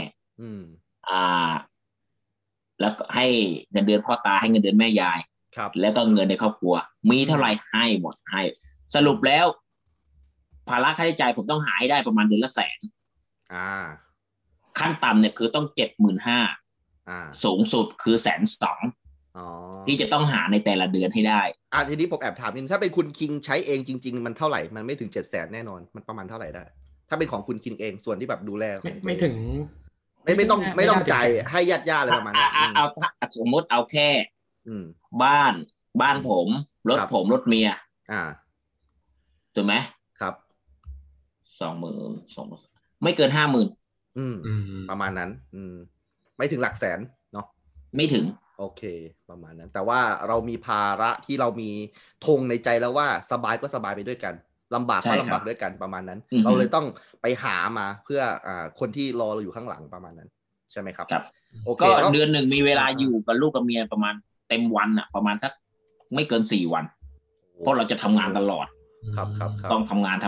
แล้วก็ให้เงินเดือนพ่อตาให้เงินเดือนแม่ยายแล้วก็เงินในครอบครัวมีเท่าไหร่ให้หมดให้สรุปแล้วภาระค่าใช้จ่ายผมต้องหาให้ได้ประมาณเดือนละ100,000ขั้นต่ำเนี่ยคือต้อง75,000สูงสุดคือ120,000ที่จะต้องหาในแต่ละเดือนให้ได้ทีนี้ผมแอบถามนิดนึงถ้าเป็นคุณคิงใช้เองจริงๆมันเท่าไหร่มันไม่ถึง700,000แน่นอนมันประมาณเท่าไหร่ได้ถ้าเป็นของคุณคิงเองส่วนที่แบบดูแลไม่ถึงไม่ต้องจ่ายให้ญาติอะไรประมาณนั้นเอาสมมติเอาแค่บ้านผมรถผมรถเมียถูกไหมครับ 20,000ไม่เกิน50,000 ประมาณนั้นไม่ถึงหลักแสนเนาะไม่ถึงโอเคประมาณนั้นแต่ว่าเรามีภาระที่เรามีธงในใจแล้วว่าสบายก็สบายไปด้วยกันลำบากก็ลำบากด้วยกันประมาณนั้นเราเลยต้องไปหามาเพื่อคนที่รอเราอยู่ข้างหลังประมาณนั้นใช่ไหมครับโอเคก็เดือนหนึ่งมีเวลาอยู่กับลูกกับเมียประมาณเต็มวันอ่ะประมาณสักไม่เกิน4 วันเพราะเราจะทำงานตลอดครับต้องทำงาน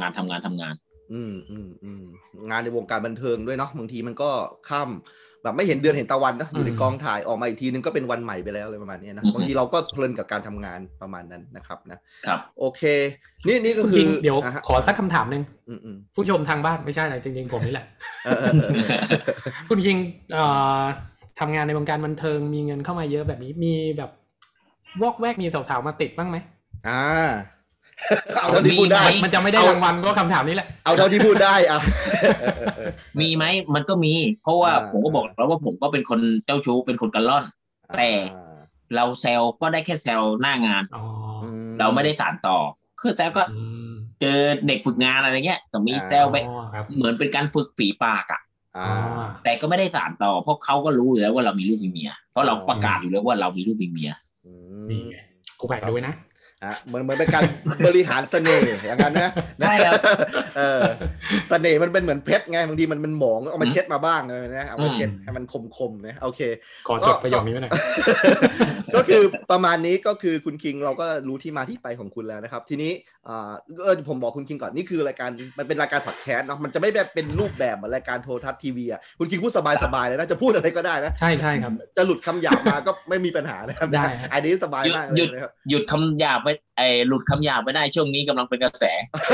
งานในวงการบันเทิงด้วยเนาะบางทีมันก็ค่ำแบบไม่เห็นเดือนเห็นตะวันนะอยู่ในกองถ่ายออกมาอีกทีนึงก็เป็นวันใหม่ไปแล้วเลยประมาณนี้นะบางทีเราก็เพลินกับการทำงานประมาณนั้นนะครับนะครับโอเคนี่ก็คือเดี๋ยวขอสักคำถามนึงผู้ชมทางบ้านไม่ใช่อะไรจริงๆผมนี่แหละคุณคิงทำงานในวงการบันเทิงมีเงินเข้ามาเยอะแบบนี้มีแบบวอกแวกมีสาวๆมาติดบ้างไหมเอาเท่าที่พูดได้มันจะไม่ได้รางวัลก็คำถามนี้แหละเอาเท่าที่พูดได้มีไหมมันก็มีเพราะว่าผมก็บอกแล้วว่าผมก็เป็นคนเจ้าชู้เป็นคนกระล่อนแต่เราแซวก็ได้แค่แซวหน้างานเราไม่ได้สานต่อคือแซวก็เจอเด็กฝึกงานอะไรเงี้ยก็มีแซวไปเหมือนเป็นการฝึกฝีปากแต่ก็ไม่ได้สานต่อเพราะเขาก็รู้อยู่แล้วว่าเรามีลูกมีเมียเพราะเราประกาศอยู่แล้วว่าเรามีลูกมีเมียกูแปลกด้วยนะเหมือนเป็นการบริหารเสน่ห์อย่างนั้นนะใช่ครับเสน่ห์มันเป็นเหมือนเพชรไงบางทีมันหมองเอามาเช็ดมาบ้างเลยนะเอามาเช็ดให้มันคมๆนะโอเคก่อนจบประโยคนี้หน่อยก็คือประมาณนี้ก็คือคุณคิงเราก็รู้ที่มาที่ไปของคุณแล้วนะครับทีนี้ผมบอกคุณคิงก่อนนี่คือรายการมันเป็นรายการพอดแคสต์เนาะมันจะไม่แบบเป็นรูปแบบเหมือนรายการโทรทัศน์ทีวีอ่ะคุณคิงพูดสบายๆเลยนะจะพูดอะไรก็ได้นะใช่ครับจะหลุดคำหยาบมาก็ไม่มีปัญหานะครับได้อันนี้สบายมากเลยนะครับหยุดคำหยาบหลุดคำหยาบไม่ได้ช่วงนี้กำลังเป็นกระแส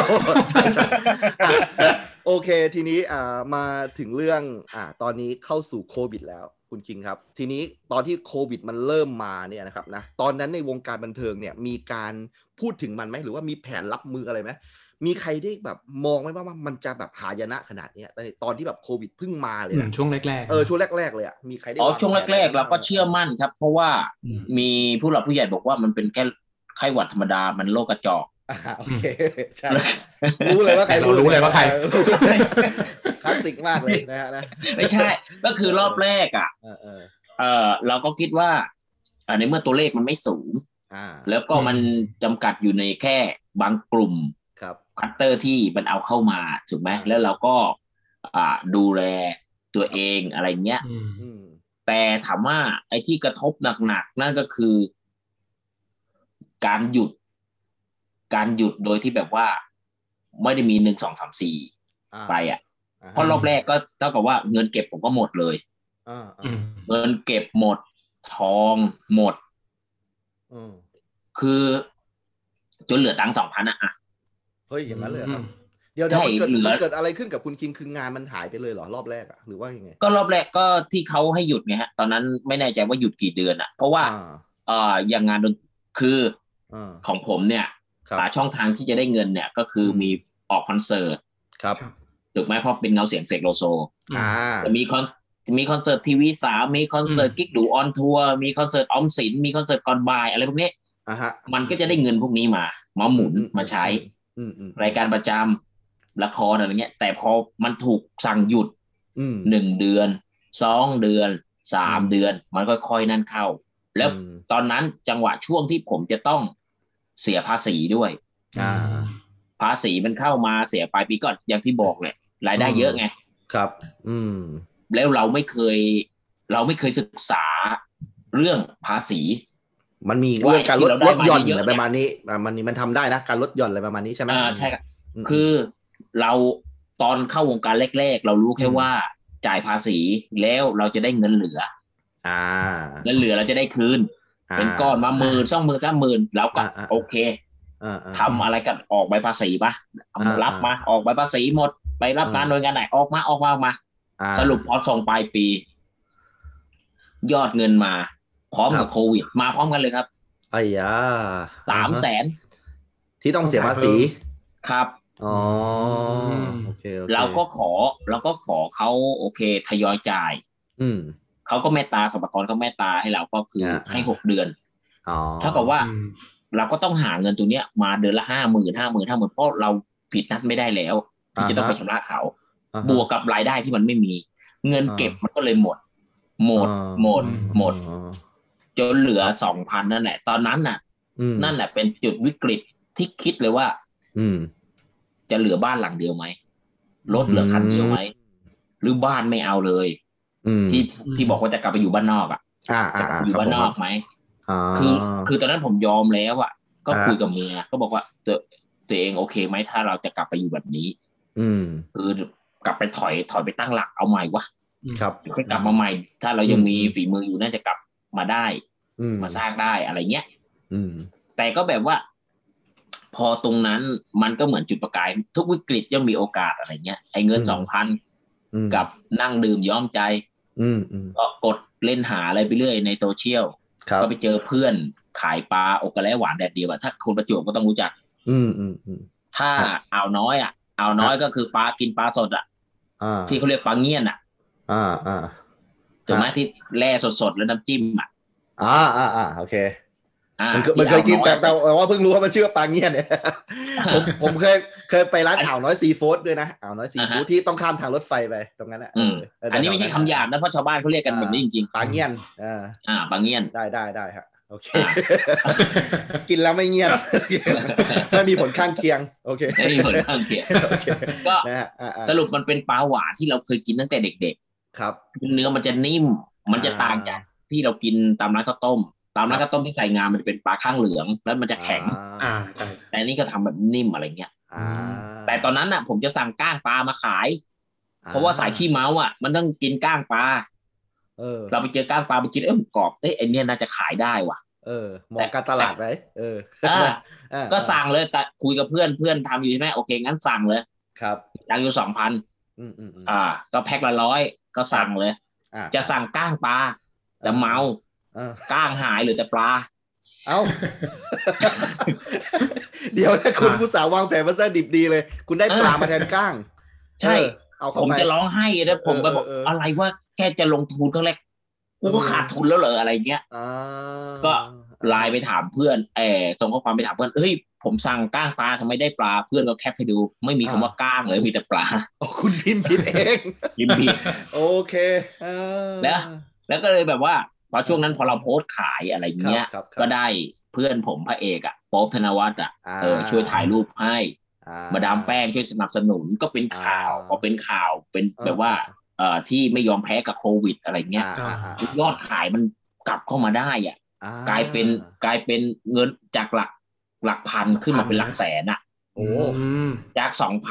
โอเคทีนี้มาถึงเรื่องตอนนี้เข้าสู่โควิดแล้วคุณคิงครับทีนี้ตอนที่โควิดมันเริ่มมาเนี่ยนะครับนะตอนนั้นในวงการบันเทิงเนี่ยมีการพูดถึงมันไหมหรือว่ามีแผนรับมืออะไรไหมมีใครได้แบบมองไหมว่ามันจะแบบหายนะขนาดนี้ตอนที่แบบโควิดเพิ่งมาเลยช่วงแรกๆช่วงแรกๆเลยมีใครได้ช่วงแรกๆเราก็เชื่อมั่นครับเพราะว่ามีผู้หลักผู้ใหญ่บอกว่ามันเป็นแค่ไข้หวัดธรรมดามันโรคกระจอกโอเคใช่รู้เลยว่าใครรู้เลยว่าใครคลาสสิกมากเลยนะฮะไม่ใช่ก็คือรอบแรกเราก็คิดว่าในเมื่อตัวเลขมันไม่สูงแล้วก็มันจำกัดอยู่ในแค่บางกลุ่มคัตเตอร์ที่มันเอาเข้ามาถูกไหมแล้วเราก็ดูแลตัวเองอะไรเงี้ยแต่ถามว่าไอ้ที่กระทบหนักๆนั่นก็คือการหยุดโดยที่แบบว่าไม่ได้มี1 2 3 4ไปเพราะรอบแรกก็เท่ากับว่าเงินเก็บผมก็หมดเลยเงินเก็บหมดทองหมดคือจนเหลือตังค์2,000อ่ะเฮ้ยอย่างนั้นเลยครับเดี๋ยวมันเกิดอะไรขึ้นกับคุณคิงคืองานมันหายไปเลยเหรอรอบแรกอ่ะหรือว่ายังไงก็รอบแรกก็ที่เขาให้หยุดไงฮะตอนนั้นไม่แน่ใจว่าหยุดกี่เดือนอ่ะเพราะว่าอย่างงานคือของผมเนี่ยช่องทางที่จะได้เงินเนี่ยก็คือมีออกคอนเสิร์ตครับถูกไหมเพราะเป็นเงาเสียงเสกโลโซจะมีคอนเสิร์ตTV3มีคอนเสิร์ตกิ๊กดูออนทัวร์มีคอนเสิร์ตออมสินมีคอนเสิร์ตก่อนบ่ายอะไรพวกนี้มันก็จะได้เงินพวกนี้มาหมุนมาใช้รายการประจำละครอะไรเงี้ยแต่พอมันถูกสั่งหยุด1 เดือน2 เดือน3 เดือนมันก็ค่อยนั่นเข้าแล้วตอนนั้นจังหวะช่วงที่ผมจะต้องเสียภาษีด้วยภาษีมันเข้ามาเสียปลายปีก่อนอย่างที่บอกเลยรายได้เยอะไงครับแล้วเราไม่เคยศึกษาเรื่องภาษีมันมีเรื่องการลดหย่อนอะไรประมาณนี้มันทำได้นะการลดหย่อนอะไรประมาณนี้ใช่ไหมใช่ครับคือเราตอนเข้าวงการแรกๆเรารู้แค่ว่าจ่ายภาษีแล้วเราจะได้เงินเหลือเงินเหลือเราจะได้คืนเป็นก้อนมา10,000 20,000 30,000แล้วก็โอเคทำอะไรกันออกใบภาษีปะรับมาออกใบภาษีหมดไปรับงานหน่วยงานไหนออกมาสรุปพอส่งปลายปียอดเงินมาพร้อมกับโควิดมาพร้อมกันเลยครับไอ้ยา 300,000 ที่ต้องเสียภาษีครับโอเคเราก็ขอเขาโอเคทยอยจ่ายเขาก็เมตตาสรรพากรเขาเมตตาให้เราก็คือให้6 เดือนเท่ากับว่าเราก็ต้องหาเงินตัวเนี้ยมาเดือนละ50,000เพราะเราผิดนัดไม่ได้แล้วที่จะต้องไปชำระเขาบวกกับรายได้ที่มันไม่มีเงินเก็บมันก็เลยหมดจนเหลือ 2,000 นั่นแหละตอนนั้นน่ะนั่นแหละเป็นจุดวิกฤตที่คิดเลยว่าจะเหลือบ้านหลังเดียวไหมรถเหลือคันเดียวไหมหรือบ้านไม่เอาเลยที่บอกว่าจะกลับไปอยู่บ้านนอกจะกลับไปอยู่บ้านนอกไหมคือตอนนั้นผมยอมแล้วก็คุยกับเมียก็บอกว่าตัวเองโอเคไหมถ้าเราจะกลับไปอยู่แบบนี้คือกลับไปถอยไปตั้งหลักเอาใหม่วะครับไปกลับมาใหม่ถ้าเรายังมีฝีมืออยู่น่าจะกลับมาได้มาสร้างได้อะไรเงี้ยแต่ก็แบบว่าพอตรงนั้นมันก็เหมือนจุดประกายทุกวิกฤตย่อมมีโอกาสอะไรเงี้ยไอ้เงิน 2,000 กับนั่งดื่มย้อมใจก็กดเล่นหาอะไรไปเรื่อยในโซเชียลก็ไปเจอเพื่อนขายปลาอกกระแลหวานแดดเดียวถ้าคนประจวบก็ต้องรู้จักถ้าอ่าวน้อยอ่าวน้อยก็คือปลากินปลาสดที่เขาเรียกปลาเงี้ยนถูกไหมที่แล่สดๆแล้วน้ำจิ้มโอเคมันเคยกินแต่ว่าเพิ่งรู้ว่ามันชื่อปลาเงี้ยนเนี่ยผมเคยไปร้านอ่าวน้อยซีฟู้ดด้วยนะอ่าวน้อยซีฟู้ดที่ต้องข้ามทางรถไฟไปตรงนั้นอันนี้ไม่ใช่คำหยาบนะเพราะชาวบ้านเขาเรียกกันแบบนี้จริงๆปลาเงี้ยนปลาเงี้ยนได้ฮะโอเคกินแล้วไม่เงียบไม่มีผลข้างเคียงโอเคไม่มีผลข้างเคียงก็สรุปมันเป็นปลาหวานที่เราเคยกินตั้งแต่เด็กๆครับเนื้อมันจะนิ่มมันจะต่างจากที่เรากินตามร้านข้าวต้มที่ใส่งามันจะเป็นปลาข้างเหลืองแล้วมันจะแข็งใช่แต่นี่ก็ทำแบบนิ่มอะไรเงี้ยแต่ตอนนั้นผมจะสั่งก้างปลามาขายเพราะว่าสายขี้เมามันต้องกินก้างปลาเราไปเจอก้างปลาไปกินกรอบไอ้เนี่ยน่าจะขายได้ว่ะมองการตลาดไว้ก็สั่งเลยแต่คุยกับเพื่อนทำอยู่ใช่ไหมโอเคงั้นสั่งเลยครับยังอยู่ 2,000ก็แพ็คละ100ก็สั่งเลยจะสั่งก้างปลาแต่เมาก้างหายหรือแต่ปลาเดี๋ยวนะคุณผู้สาววางแผนมาซะดิบดีเลยคุณได้ปลามาแทนก้างใช่ผมจะร้องไห้แล้วผมก็บอกอะไรว่าแค่จะลงทุนครั้งแรกกูก็ขาดทุนแล้วเหรออะไรเงี้ยก็ไลน์ไปถามเพื่อนส่งข้อความไปถามเพื่อนเฮ้ยผมสั่งก้างปลาทำไมได้ปลาเพื่อนก็แคปให้ดูไม่มีคำว่าก้างเลยมีแต่ปลาคุณพิมพ์ผิดเองพิมพ์ผิดโอเคแล้วก็เลยแบบว่าพอช่วงนั้นพอเราโพสต์ขายอะไรเงี้ยก็ได้เพื่อนผมพระเอกโป๊ปธนวัฒน์ช่วยถ่ายรูปให้มาดามแป้งช่วยสนับสนุนก็เป็นข่าวพอเป็นข่าวเป็นแบบว่าที่ไม่ยอมแพ้กับโควิดอะไรเงี้ยยอดขายมันกลับเข้ามาได้อ่ะกลายเป็นเงินจากหลักพันขึ้นมาเป็นหลักแสนอ่ะโอ้จาก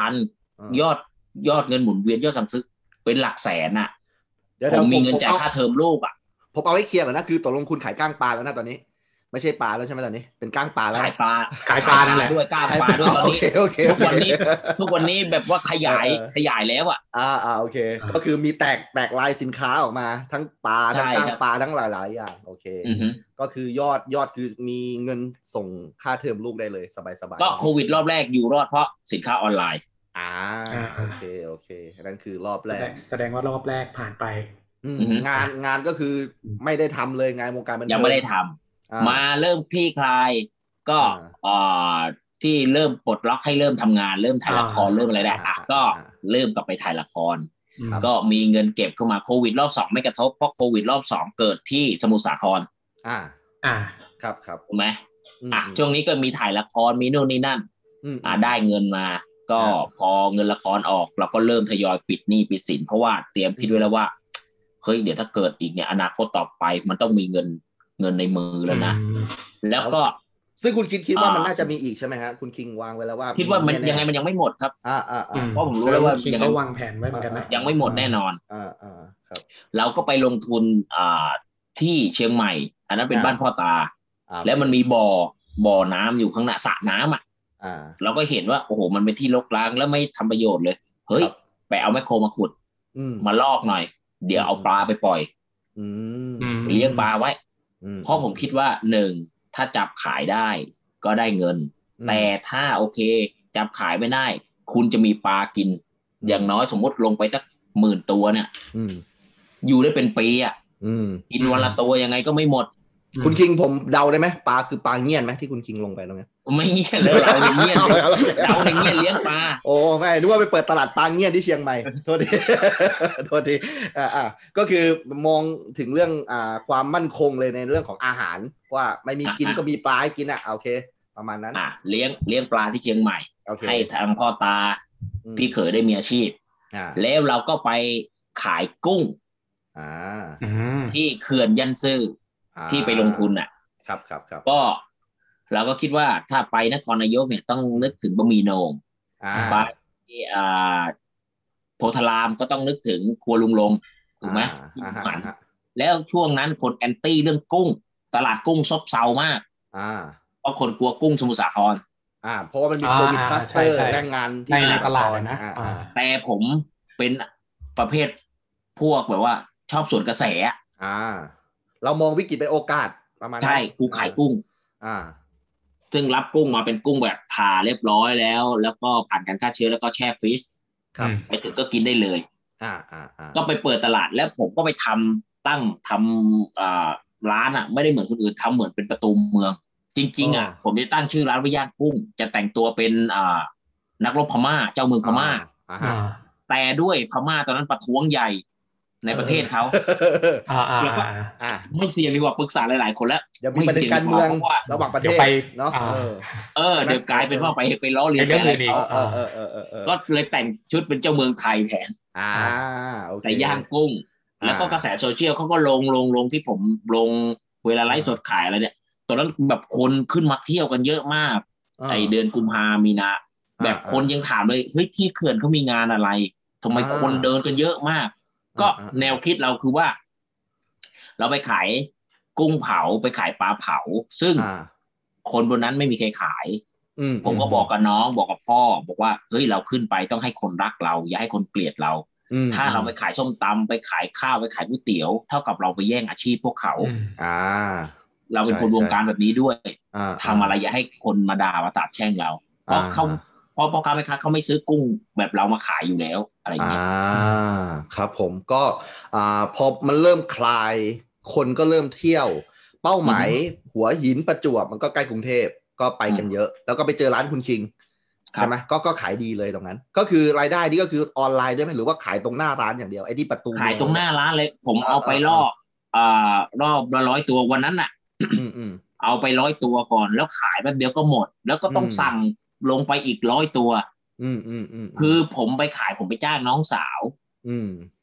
2,000 ยอดเงินหมุนเวียนยอดสั่งซื้อเป็นหลักแสนอ่ะผมมีเงินจ่ายค่าเทอมลูกอ่ะผมเอาให้เคลียร์ก่อนนะคือตกลงคุณขายก้างปลาแล้วนะตอนนี้ไม่ใช่ปลาแล้วใช่ไหมตอนนี้เป็นก้างปลาแล้วขายปลานั่นแหละด้วยก้างปลาด้วยตอนนี้ทุกวันนี้แบบว่าขยายแล้วอ่ะโอเคก็คือมีแตกลายสินค้าออกมาทั้งปลาทั้งก้างปลาทั้งหลายๆอย่างโอเคก็คือยอดคือมีเงินส่งค่าเทอมลูกได้เลยสบายๆก็โควิดรอบแรกอยู่รอดเพราะสินค้าออนไลน์โอเคนั่นคือรอบแรกแสดงว่ารอบแรกผ่านไปงานก็คือไม่ได้ทำเลยงานวงการบันเทิงยังไม่ได้ทำมาเริ่มคลี่คลายก็ที่เริ่มปลดล็อกให้เริ่มทำงานเริ่มถ่ายละครเริ่มอะไรได้ก็เริ่มกลับไปถ่ายละครก็มีเงินเก็บเข้ามาโควิดรอบ2ไม่กระทบเพราะโควิดรอบ2เกิดที่สมุทรสาครครับถูกไหมช่วงนี้ก็มีถ่ายละครมีนู่นนี่นั่นได้เงินมาก็พอเงินละครออกเราก็เริ่มทยอยปิดหนี้ปิดสินเพราะว่าเตรียมคิดไว้แล้วว่าเฮ้ยเดี๋ยวถ้าเกิดอีกเนี่ยอนาคตต่อไปมันต้องมีเงินในมือแล้วนะแล้วก็ซึ่งคุณคิดว่ามันน่าจะมีอีกใช่ไหมฮะคุณคิงวางไว้แล้วว่าคิดว่ามันยังไงมันยังไม่หมดครับเพราะผมรู้แล้วว่ายังก็วางแผนไว้เหมือนกันนะยังไม่หมดแน่นอนครับเราก็ไปลงทุนที่เชียงใหม่อันนั้นเป็นบ้านพ่อตาแล้วมันมีบ่อน้ำอยู่ข้างหน้าสระน้ำเราก็เห็นว่าโอ้โหมันเป็นที่รกร้างแล้วไม่ทำประโยชน์เลยเฮ้ยไปเอาแมคโครมาขุดมาลอกหน่อยเดี๋ยวเอาปลาไปปล่อยเลี้ยงปลาไว้เพราะผมคิดว่า1ถ้าจับขายได้ก็ได้เงินแต่ถ้าโอเคจับขายไม่ได้คุณจะมีปลากินอย่างน้อยสมมติลงไปสัก10,000 ตัวเนี่ยอยู่ได้เป็นปีกินวันละตัวยังไงก็ไม่หมดคุณคิงผมเดาได้ไหมปลาคือปลาเงี้ยนไหมที่คุณคิงลงไปตรงนี้ไม่เงี้ยนเลยเราเงี้ยนเราเงี้ยนเลี้ยงปลาโอ้ไม่นึกว่าไปเปิดตลาดปลาเงี้ยนที่เชียงใหม่โทษทีก็คือมองถึงเรื่องความมั่นคงเลยในเรื่องของอาหารว่าไม่มีกินก็มีปลาให้กินโอเคประมาณนั้นเลี้ยงปลาที่เชียงใหม่ให้ทางพ่อตาพี่เขยได้มีอาชีพแล้วเราก็ไปขายกุ้งที่เขื่อนยันซื่อที่ไปลงทุนครับก็เราก็คิดว่าถ้าไปนครนายกเนี่ยต้องนึกถึงบะหมี่โหน่งไปโพธารามก็ต้องนึกถึงครัวลุงลงถูกไหมแล้วช่วงนั้นคนแอนตี้เรื่องกุ้งตลาดกุ้งซบเซามากเพราะคนกลัวกุ้งสมุทรสาครเพราะว่ามันมีโควิดคลัสเตอร์แรงงานที่ในตลาดนะแต่ผมเป็นประเภทพวกแบบว่าชอบสวนกระแสเรามองวิกฤตเป็นโอกาสประมาณใช่กูขายกุ้งซึ่งรับกุ้งมาเป็นกุ้งแบบผ่าเรียบร้อยแล้วก็ผ่านการฆ่าเชื้อแล้วก็แช่ฟรีซไปถึงก็กินได้เลยก็ไปเปิดตลาดแล้วผมก็ไปทำร้านไม่ได้เหมือนคนอื่นทำเหมือนเป็นประตูเมืองจริงๆผมจะตั้งชื่อร้านว่าย่างกุ้งจะแต่งตัวเป็นนักรบพม่าเจ้าเมืองพม่าแต่ด้วยพม่าตอนนั้นประท้วงใหญ่ในประเทศเขาแล้วก็ไม่เสี่ยงดีกว่าปรึกษาหลายๆคนแล้วไม่เสี่ยงการเมืองระหว่างประเทศเนาะเดี๋ยวกลายเป็นว่าไปล้อเลียนอะไรเขาก็เลยแต่งชุดเป็นเจ้าเมืองไทยแทนแต่ย่างกุ้งแล้วก็กระแสโซเชียลเขาก็ลงที่ผมลงเวลาไลฟ์สดขายอะไรเนี่ยตอนนั้นแบบคนขึ้นมาเที่ยวกันเยอะมากไอเดือนกุมภามีนาแบบคนยังถามเลยเฮ้ยที่เขื่อนเขามีงานอะไรทำไมคนเดินกันเยอะมากก็แนวคิดเราคือว่าเราไปขายกุ้งเผาไปขายปลาเผาซึ่งคนบนนั้นไม่มีใครขายผมก็บอกกับน้องบอกกับพ่อบอกว่าเฮ้ยเราขึ้นไปต้องให้คนรักเราอย่าให้คนเกลียดเราถ้าเราไปขายส้มตำไปขายข้าวไปขายก๋วยเตี๋ยวเท่ากับเราไปแย่งอาชีพพวกเขาเราเป็นคนวงการแบบนี้ด้วยทำอะไรอย่าให้คนมาด่ามาสาปแช่งเราเพราะพ่อค้าแม่ค้าเขาไม่ซื้อกุ้งแบบเรามาขายอยู่แล้วอะไรอย่างเงี้ยครับผมก็พอมันเริ่มคลายคนก็เริ่มเที่ยวเป้าหมายหัวหินประจวบมันก็ใกล้กรุงเทพก็ไปกันเยอะแล้วก็ไปเจอร้านคุณคิงใช่ไหมก็ขายดีเลยตรงนั้นก็คือรายได้นี่ก็คือออนไลน์ด้วยไหมหรือว่าขายตรงหน้าร้านอย่างเดียวไอ้ที่ประตูขายตรงหน้าร้านเลยผมเอาไปรอบละ100 ตัววันนั้นน่ะเอาไป100 ตัวก่อนแล้วขายแป๊บเดียวก็หมดแล้วก็ต้องสั่งลงไปอีก100 ตัวคือผมไปขายผมไปจ้างน้องสาว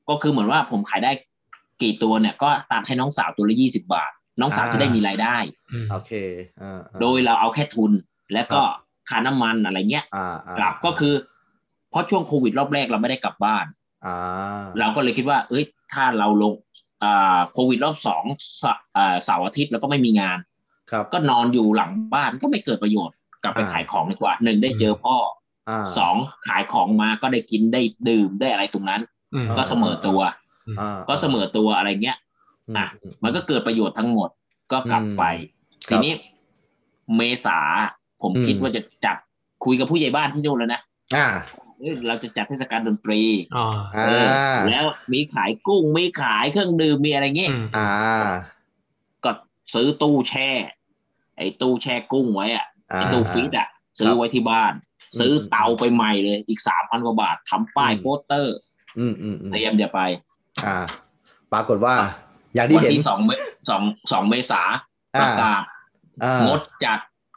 ก็คือเหมือนว่าผมขายได้กี่ตัวเนี่ยก็ตัดให้น้องสาวตัวละ20 บาทน้องสาวจะได้มีรายได้โอเคโดยเราเอาแค่ทุนแล้วก็ค่าน้ำมันอะไรเงี้ยกลับก็คือเพราะช่วงโควิดรอบแรกเราไม่ได้กลับบ้านเราก็เลยคิดว่าเอ้ยถ้าเราลงโควิดรอบ2เสาร์อาทิตย์แล้วก็ไม่มีงานก็นอนอยู่หลังบ้านก็ไม่เกิดประโยชน์กลับไปขายของดีกว่า1ได้เจอพ่อ2ขายของมาก็ได้กินได้ดื่มได้อะไรตรงนั้นก็เสมอตัวอะไรเงี้ยมันก็เกิดประโยชน์ทั้งหมดก็กลับไปทีนี้เมษาผมคิดว่าจะจัดคุยกับผู้ใหญ่บ้านที่นู่นแล้วนะเราจะจัดเทศกาลดนตรีแล้วมีขายกุ้งมีขายเครื่องดื่มมีอะไรเงี้ยก็ซื้อตู้แช่ไอ้ตู้แช่กุ้งไว้ไอ้ตู้ฟรีซซื้อไว้ที่บ้านซื้อเตาไปใหม่เลยอีก 3,000 กว่าบาททำป้ายโปสเตอร์เตรียมจะไปปรากฏว่าอย่างที่เห็นวันที่2 เมษาประกาศงดจัด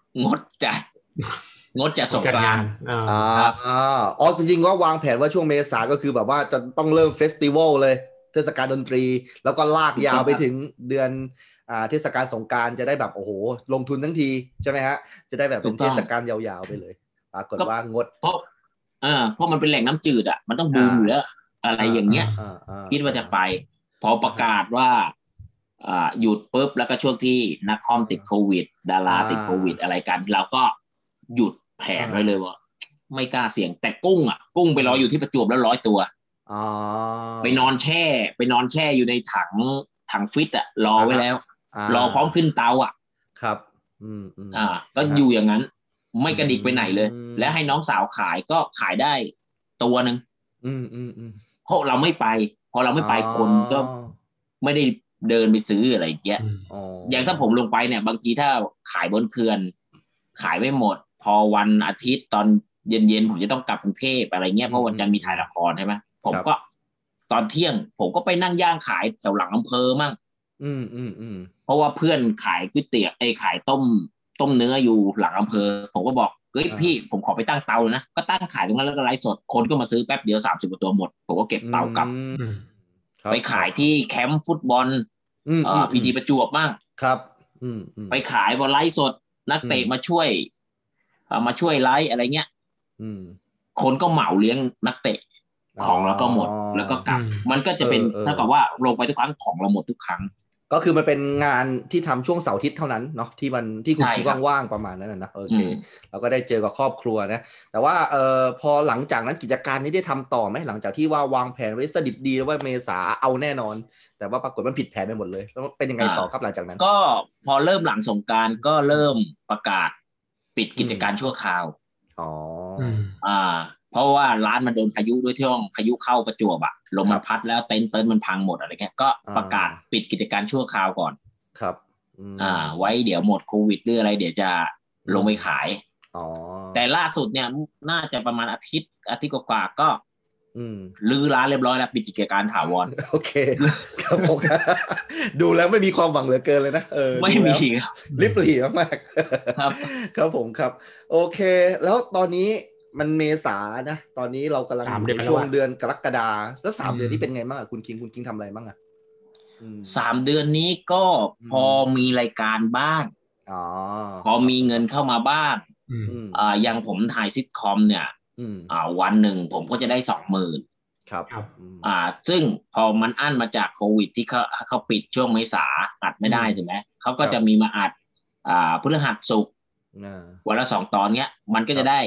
สงกรานต์จริงๆว่าวางแผนว่าช่วงเมษาก็คือแบบว่าจะต้องเริ่มเฟสติวัลเลยเทศกาลดนตรีแล้วก็ลากยาวไปถึงเดือนเทศกาลสงกรานต์จะได้แบบโอ้โหลงทุนทั้งทีใช่ไหมฮะจะได้แบบเป็นเทศกาลยาวๆไปเลยปรากฏว่างดเพราะมันเป็นแหล่งน้ำจืดมันต้องบูมอยู่แล้วอะไรอย่างเงี้ยคิดว่าจะไปพอประกาศว่าหยุดปุ๊บแล้วก็ช่วงที่นักคอมติดโควิดดาราติดโควิดอะไรกันเราก็หยุดแผนไว้เลยว่าไม่กล้าเสี่ยงแต่กุ้งไปรออยู่ที่ประจวบแล้ว100 ตัวไปนอนแช่อยู่ในถังฟิตรอไว้แล้วรอพร้อมขึ้นเตาครับก็อยู่อย่างนั้นไม่กระดิกไปไหนเลยและให้น้องสาวขายก็ขายได้ตัวนึงเพราะเราไม่ไปพอเราไม่ไปคนก็ไม่ได้เดินไปซื้ออะไรอย่างเงี้ยอย่างถ้าผมลงไปเนี่ยบางทีถ้าขายบนเขื่อนขายไม่หมดพอวันอาทิตย์ตอนเย็นๆผมจะต้องกลับกรุงเทพอะไรเงี้ยเพราะวันจันทร์มีถ่ายละครใช่ไหมผมก็ตอนเที่ยงผมก็ไปนั่งย่างขายแถวหลังอำเภอมั่งเพราะว่าเพื่อนขายก๋วยเตี๋ยวขายต้มเนื้ออยู่หลังอำเภอผมก็บอกเฮ้ยพี่ผมขอไปตั้งเตาเลยนะก็ตั้งขายตรงนั้นแล้วก็ไลฟ์สดคนก็มาซื้อแป๊บเดียว30 กว่าตัวหมดผมก็เก็บเตากลับไปขายที่แคมป์ฟุตบอลพีดีประจวบมั่งครับไปขายบอลไลฟ์สดนักเตะมาช่วยไลฟ์อะไรเงี้ยคนก็เหมาเลี้ยงนักเตะของเราก็หมดแล้วก็กลับมันก็จะเป็นเท่ากับว่าลงไปทุกครั้งของเราหมดทุกครั้งก็คือมันเป็นงานที่ทำช่วงเสาร์อาทิตย์เท่านั้นเนาะที่คุณคิดว่างๆประมาณนั้นนะโอเคเราก็ได้เจอกับครอบครัวนะแต่ว่าพอหลังจากนั้นกิจการนี้ได้ทำต่อไหมหลังจากที่ว่าวางแผนไว้สดิบดีแล้วว่าเมษาเอาแน่นอนแต่ว่าปรากฏมันผิดแผนไปหมดเลยแล้วเป็นยังไงต่อครับหลังจากนั้นก็พอเริ่มหลังสงกรานต์ก็เริ่มประกาศปิดกิจการชั่วคราวเพราะว่าร้านมันโดนพายุด้วยที่พายุเข้าประจวบลมมันพัดแล้วเต็นท์มันพังหมดอะไรเงี้ยก็ประกาศปิดกิจการชั่วคราวก่อนครับไว้เดี๋ยวหมดโควิดหรืออะไรเดี๋ยวจะลงไปขายแต่ล่าสุดเนี่ยน่าจะประมาณอาทิตย์กว่าๆก็ลื้อร้านเรียบร้อยแล้วปิดกิจการถาวรโอเคครับผมดูแล้วไม่มีความหวังเหลือเกินเลยนะไม่มีริบหรี่มากๆครับครับผมครับโอเคแล้วตอนนี้มันเมษานะตอนนี้เรากำลังในช่วงเดือนกรกฎาแล้ว3 เดือนนี้เป็นไงบ้างคุณคิงทำอะไรบ้าง 3 เดือนนี้ก็พอมีรายการบ้างพอมีเงินเข้ามาบ้างอย่างผมถ่ายซิทคอมเนี่ยวันหนึ่งผมก็จะได้ 20,000 ครับซึ่งพอมันอั้นมาจากโควิดที่เขาปิดช่วงเมษาอัดไม่ได้ถูกไหมเขาก็จะมีมาอัดพฤหัสศุกร์วันละ2 ตอนเนี้ยมันก็จะได้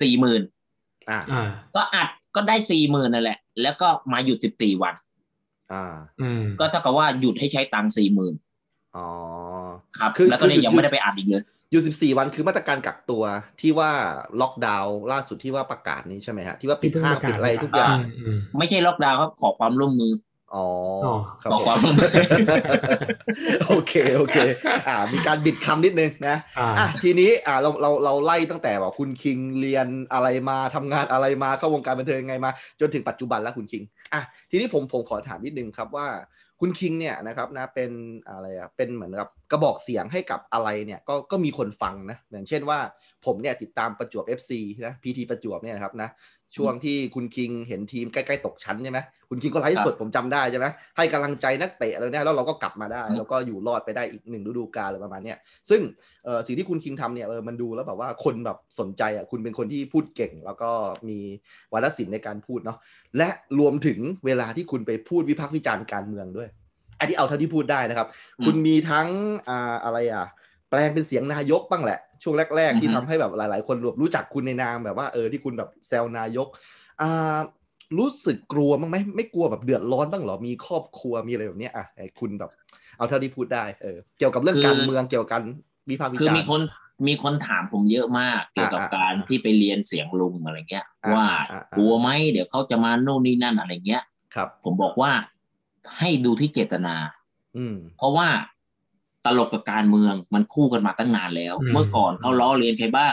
40,000 ก็อัดก็ได้ 40,000 นั่นแหละแล้วก็มาหยุด14 วันก็เท่ากับว่าหยุดให้ใช้ตังค์ 40,000ครับแล้วก็ยังไม่ได้ไปอัดอีกเลยอยู่14 วันคือมาตรการกักตัวที่ว่าล็อกดาวน์ล่าสุดที่ว่าประกาศนี้ใช่ไหมฮะที่ว่าปิดห้างปิดอะไรทุกอย่างไม่ใช่ล็อกดาวน์ครับขอความร่วมมือขอความร่วมมือโอเคมีการบิดคำนิดนึงนะทีนี้เราไล่ตั้งแต่ว่าคุณคิงเรียนอะไรมาทำงานอะไรมาเข้าวงการบันเทิงไงมาจนถึงปัจจุบันแล้วคุณคิงทีนี้ผมขอถามนิดนึงครับว่าคุณคิงเนี่ยนะครับนะเป็นอะไรเป็นเหมือนกับกระบอกเสียงให้กับอะไรเนี่ยก็มีคนฟังนะอย่างเช่นว่าผมเนี่ยติดตามประจวบ FC นะ PT ประจวบเนี่ยนะครับนะช่วงที่คุณคิงเห็นทีมใกล้ๆตกชั้นใช่ไหมคุณคิงก็ไลฟ์สดผมจำได้ใช่ไหมให้กำลังใจนักเตะอะไรเนี่ยแล้วเราก็กลับมาได้แล้วก็อยู่รอดไปได้อีก1ฤดูกาลอะไรประมาณนี้ซึ่งสิ่งที่คุณคิงทำเนี่ยมันดูแล้วแบบว่าคนแบบสนใจอ่ะคุณเป็นคนที่พูดเก่งแล้วก็มีวาทศิลป์ในการพูดเนาะและรวมถึงเวลาที่คุณไปพูดวิพากษ์วิจารณ์การเมืองด้วยอันนี้เอาเท่าที่พูดได้นะครับคุณมีทั้งอะไรแปลงเป็นเสียงนายกบ้างแหละช่วงแรกๆที่ทำให้แบบหลายๆคนรู้จักคุณในนามแบบว่าที่คุณแบบแซวนายกรู้สึกกลัวบ้างไหมไม่กลัวแบบเดือดร้อนบ้างหรอมีครอบครัวมีอะไรแบบนี้คุณแบบเอาเท่าที่พูดได้เกี่ยวกับเรื่องการเมืองเกี่ยวกับการวิพากษ์วิจารณ์คือมีคนถามผมเยอะมากเกี่ยวกับการที่ไปเรียนเสียงลุงอะไรเงี้ยว่ากลัวไหมเดี๋ยวเขาจะมาโน่นนี่นั่นอะไรเงี้ยครับผมบอกว่าให้ดูที่เจตนาเพราะว่าตลกกับการเมืองมันคู่กันมาตั้งนานแล้วเมื่อก่อนเขาล้อเลียนใครบ้าง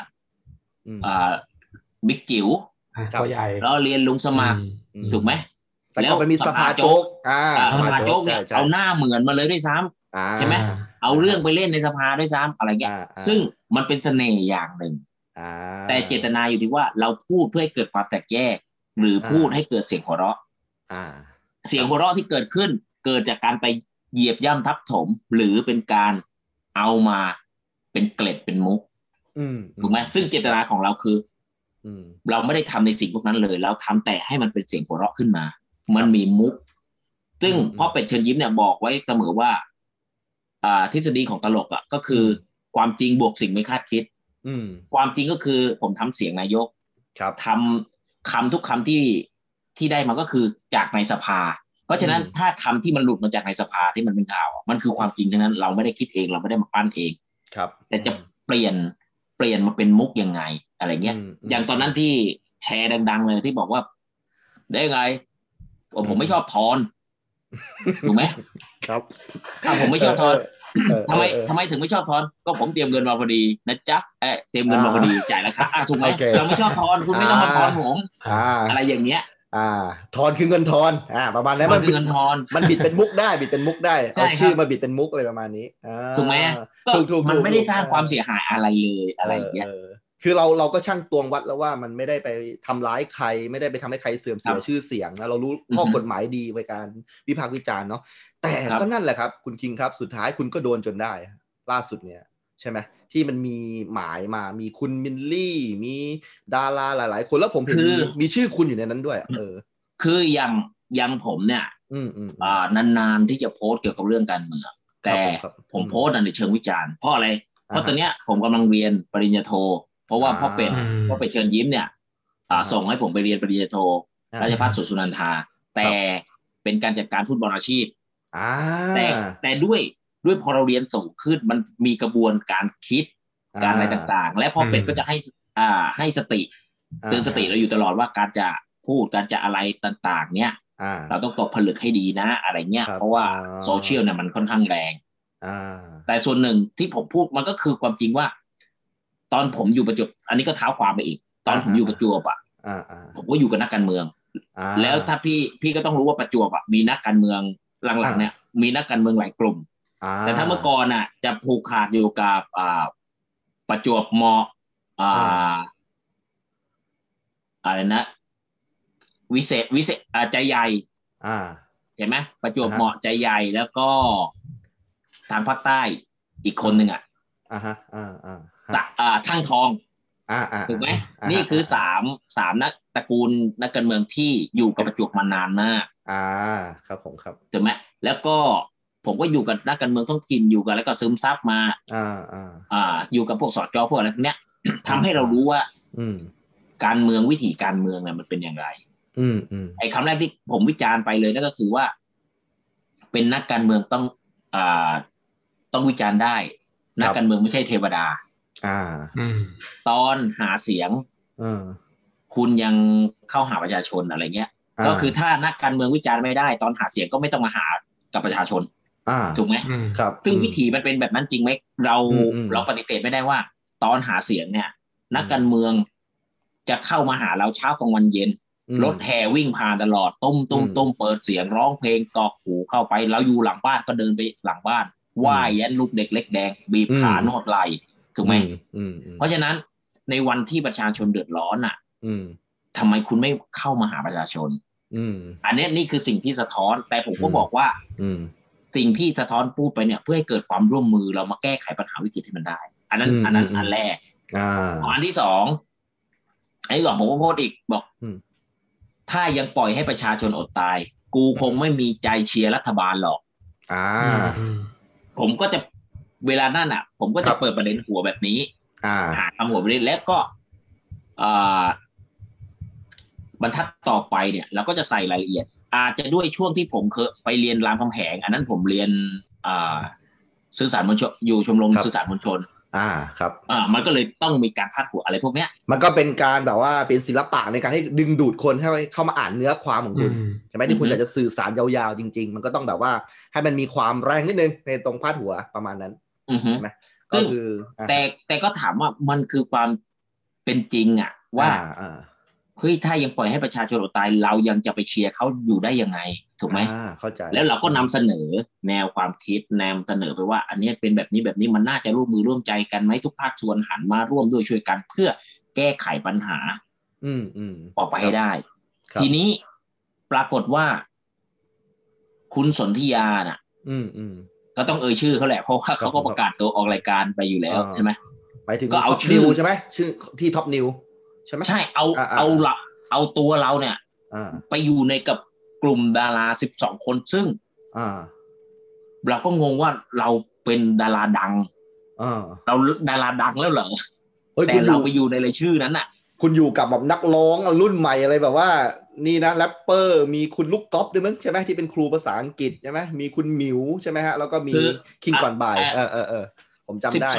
บิ๊กจิ๋วล้อเลียนลุงสมัครถูกไหมแล้วมันมีสภาโจ๊กสภาโจ๊กเนี่ยเอาหน้าเหมือนมาเลยด้วยซ้ำใช่ไหมเอาเรื่องไปเล่นในสภาด้วยซ้ำอะไรเงี้ยซึ่งมันเป็นเสน่ห์อย่างหนึ่งแต่เจตนาอยู่ที่ว่าเราพูดเพื่อให้เกิดความแตกแยกหรือพูดให้เกิดเสียงหัวเราะเสียงหัวเราะที่เกิดขึ้นเกิดจากการไปเหยียบย่ำทับถมหรือเป็นการเอามาเป็นเกล็ดเป็นมุกถูกไหมซึ่งเจตนาของเราคือเราไม่ได้ทำในสิ่งพวกนั้นเลยเราทำแต่ให้มันเป็นเสียงหัวเราะขึ้นมามันมีมุกซึ่งพ่อเป็ดเชิญยิ้มเนี่ยบอกไว้เสมอว่าทฤษฎีของตลกก็คือความจริงบวกสิ่งไม่คาดคิดความจริงก็คือผมทำเสียงนายกทำคำทุกคำที่ได้มาก็คือจากในสภาเพราะฉะนั้นถ้าคำที่มันหลุดมาจากในสภาที่มันเป็นข่าวมันคือความจริงฉะนั้นเราไม่ได้คิดเองเราไม่ได้มาปั้นเองแต่จะเปลี่ยนมาเป็นมุกยังไงอะไรเงี้ยอย่างตอนนั้นที่แชร์ดังๆเลยที่บอกว่าได้ไงผมไม่ชอบทอนถูกไหมครับผมไม่ชอบทอนทำไมถึงไม่ชอบทอนก็ผมเตรียมเงินมาพอดีนะจ๊ะเตรียมเงินมาพอดีจ่ายแล้วครับถูกไหมเราไม่ชอบทอนคุณไม่ต้องมาทอนผมอะไรอย่างเงี้ยทอนคือเงินทอนประมาณนั้นมันคือเงินทอนมันบิดเป็นมุกได้เอาชื่อมาบิดเป็นมุกอะไรประมาณนี้ถูกไหมถูกมันไม่ได้สร้างความเสียหายอะไรเลยอะไรอย่างเงี้ยคือเราก็ช่างตวงวัดแล้วว่ามันไม่ได้ไปทำร้ายใครไม่ได้ไปทำให้ใครเสื่อมเสียชื่อเสียงนะเรารู้ข้อกฎหมายดีในการวิพากษ์วิจารณ์เนาะแต่ก็นั่นแหละครับคุณคิงครับสุดท้ายคุณก็โดนจนได้ล่าสุดเนี่ยใช่ไหมที่มันมีหมายมามีคุณมิลลี่มีดาราหลายๆคนแล้วผมเห็นมีชื่อคุณอยู่ในนั้นด้วยคืออย่างผมเนี่ยนานๆที่จะโพสต์เกี่ยวกับเรื่องการเมืองแต่ผมโพสต์ในเชิงวิจารณ์เพราะอะไรเพราะตอนเนี้ยผมกำลังเรียนปริญญาโทเพราะว่าพ่อเป็ดเชิญยิ้มเนี่ยส่งให้ผมไปเรียนปริญญาโทราชภัฏสวนสุนันทาแต่เป็นการจัดการฟุตบอลอาชีพแต่ด้วยพอเราเรียนสูงขึ้นมันมีกระบวนการคิดการอะไรต่างๆและพ่อเป็ดก็จะให้สติเตือนสติเราอยู่ตลอดว่าการจะพูดการจะอะไรต่างๆเนี่ยเราต้องตกผลึกให้ดีนะอะไรเงี้ยเพราะว่าโซเชียลเนี่ยมันค่อนข้างแรงแต่ส่วนหนึ่งที่ผมพูดมันก็คือความจริงว่าตอนผมอยู่ประจวบอันนี้ก็เท้าความไปอีกตอนผมอยู่ประจวบผมก็อยู่กับนักการเมืองแล้วถ้าพี่ก็ต้องรู้ว่าประจวบมีนักการเมืองหลังๆเนี่ยมีนักการเมืองหลายกลุ่มแต่ถ้าเมื่อก่อนจะผูกขาดอยู่กับประจวบมอะไรนะวิเศษใจใหญ่เห็นไหมประจวบเหมาะใจใหญ่แล้วก็ทางภาคใต้อีกคนหนึ่งทั้งทองถูกไหมนี่คือสามนักตระกูลนักการเมืองที่อยู่กับประจวบมานานมากครับผมครับถูกไหมแล้วก็ผมก็อยู่กับนักการเมืองท้องถิ่นอยู่กันแล้วก็ซึมซับมาอยู่กับพวกสจ.พวกอะไรพวกเนี้ยทำให้เรารู้ว่าการเมืองวิถีการเมืองเนี่ยมันเป็นอย่างไรไอ้คำแรกที่ผมวิจารณ์ไปเลยนั่นก็คือว่าเป็นนักการเมืองต้องวิจารณ์ได้นักการเมืองไม่ใช่เทวดาตอนหาเสียงคุณยังเข้าหาประชาชนอะไรเงี้ยก็คือถ้านักการเมืองวิจารณ์ไม่ได้ตอนหาเสียงก็ไม่ต้องมาหากับประชาชนถูกไหมครับซึ่งวิธีมันเป็นแบบนั้นจริงไหมเราปฏิเสธไม่ได้ว่าตอนหาเสียงเนี่ยนักการเมืองจะเข้ามาหาเราเช้ากลางวันเย็นรถแห่วิ่งผ่านตลอดตุ้มเปิดเสียงร้องเพลงกอกหูเข้าไปเราอยู่หลังบ้านก็เดินไปหลังบ้านไหว้ยันลูกเด็กเล็กแดงบีบขานวดไหล่ถูกไหมเพราะฉะนั้นในวันที่ประชาชนเดือดร้อนทำไมคุณไม่เข้ามาหาประชาชนอันนี้นี่คือสิ่งที่สะท้อนแต่ผมก็บอกว่าสิ่งที่สะท้อนพูดไปเนี่ยเพื่อให้เกิดความร่วมมือเรามาแก้ไขปัญหาวิกฤตให้มันได้อันนั้นอันแรกอันที่สองไอ้หลอกผมก็โพสต์อีกบอกถ้ายังปล่อยให้ประชาชนอดตายกูคงไม่มีใจเชียร์รัฐบาลหรอกผมก็จะเวลานั้นอ่ะผมก็จะเปิดประเด็นหัวแบบนี้หาคำหัวประเด็นแล้วก็บรรทัดต่อไปเนี่ยเราก็จะใส่รายละเอียดอาจจะด้วยช่วงที่ผมเคยไปเรียนรามคำแหงอันนั้นผมเรียนสื่อสารมวลชนอยู่ชมรมสื่อสารมวลชนครับมันก็เลยต้องมีการพาดหัวอะไรพวกเนี้ยมันก็เป็นการแบบว่าเป็นศิลปะในการให้ดึงดูดคนให้เข้ามาอ่านเนื้อความของคุณใช่ไหมที่คุณอยากจะสื่อสารยาวๆจริงๆมันก็ต้องแบบว่าให้มันมีความแรงนิดนึงในตรงพาดหัวประมาณนั้นใช่ไหมก็คือแต่ก็ถามว่ามันคือความเป็นจริงอ่ะว่าเฮ้ยถ้ายังปล่อยให้ประชาชนอดตายเรายังจะไปเชียร์เขาอยู่ได้ยังไงถูกไหมเข้าใจแล้วเราก็นำเสนอแนวความคิดนำเสนอไปว่าอันนี้เป็นแบบนี้มันน่าจะร่วมมือร่วมใจกันไหมทุกภาคส่วนหันมาร่วมด้วยช่วยกันเพื่อแก้ไขปัญหาออกไปให้ได้ทีนี้ปรากฏว่าคุณสนธิยาน่ะก็ต้องเอ่ยชื่อเขาแหละเพราะว่าเขาก็ประกาศตัวออกรายการไปอยู่แล้วใช่ไหมไปถึงก็เอาชื่อใช่ไหมชื่อที่ท็อปนิวใช่ไหมใช่เอาตัวเราเนี่ยไปอยู่ในกับกลุ่มดารา12คนซึ่งเราก็งงว่าเราเป็นดาราดังเราดาราดังแล้วเหรอแต่เราไปอยู่ในรายชื่อนั้นน่ะคุณอยู่กับแบบนักร้องรุ่นใหม่อะไรแบบว่านี่นะแรปเปอร์มีคุณลูกก๊อฟด้วยมั้งใช่ไหมที่เป็นครูภาษาอังกฤษใช่ไหมมีคุณหมิวใช่ไหมฮะแล้วก็มีคิงก่อนบ่ายผมจำได้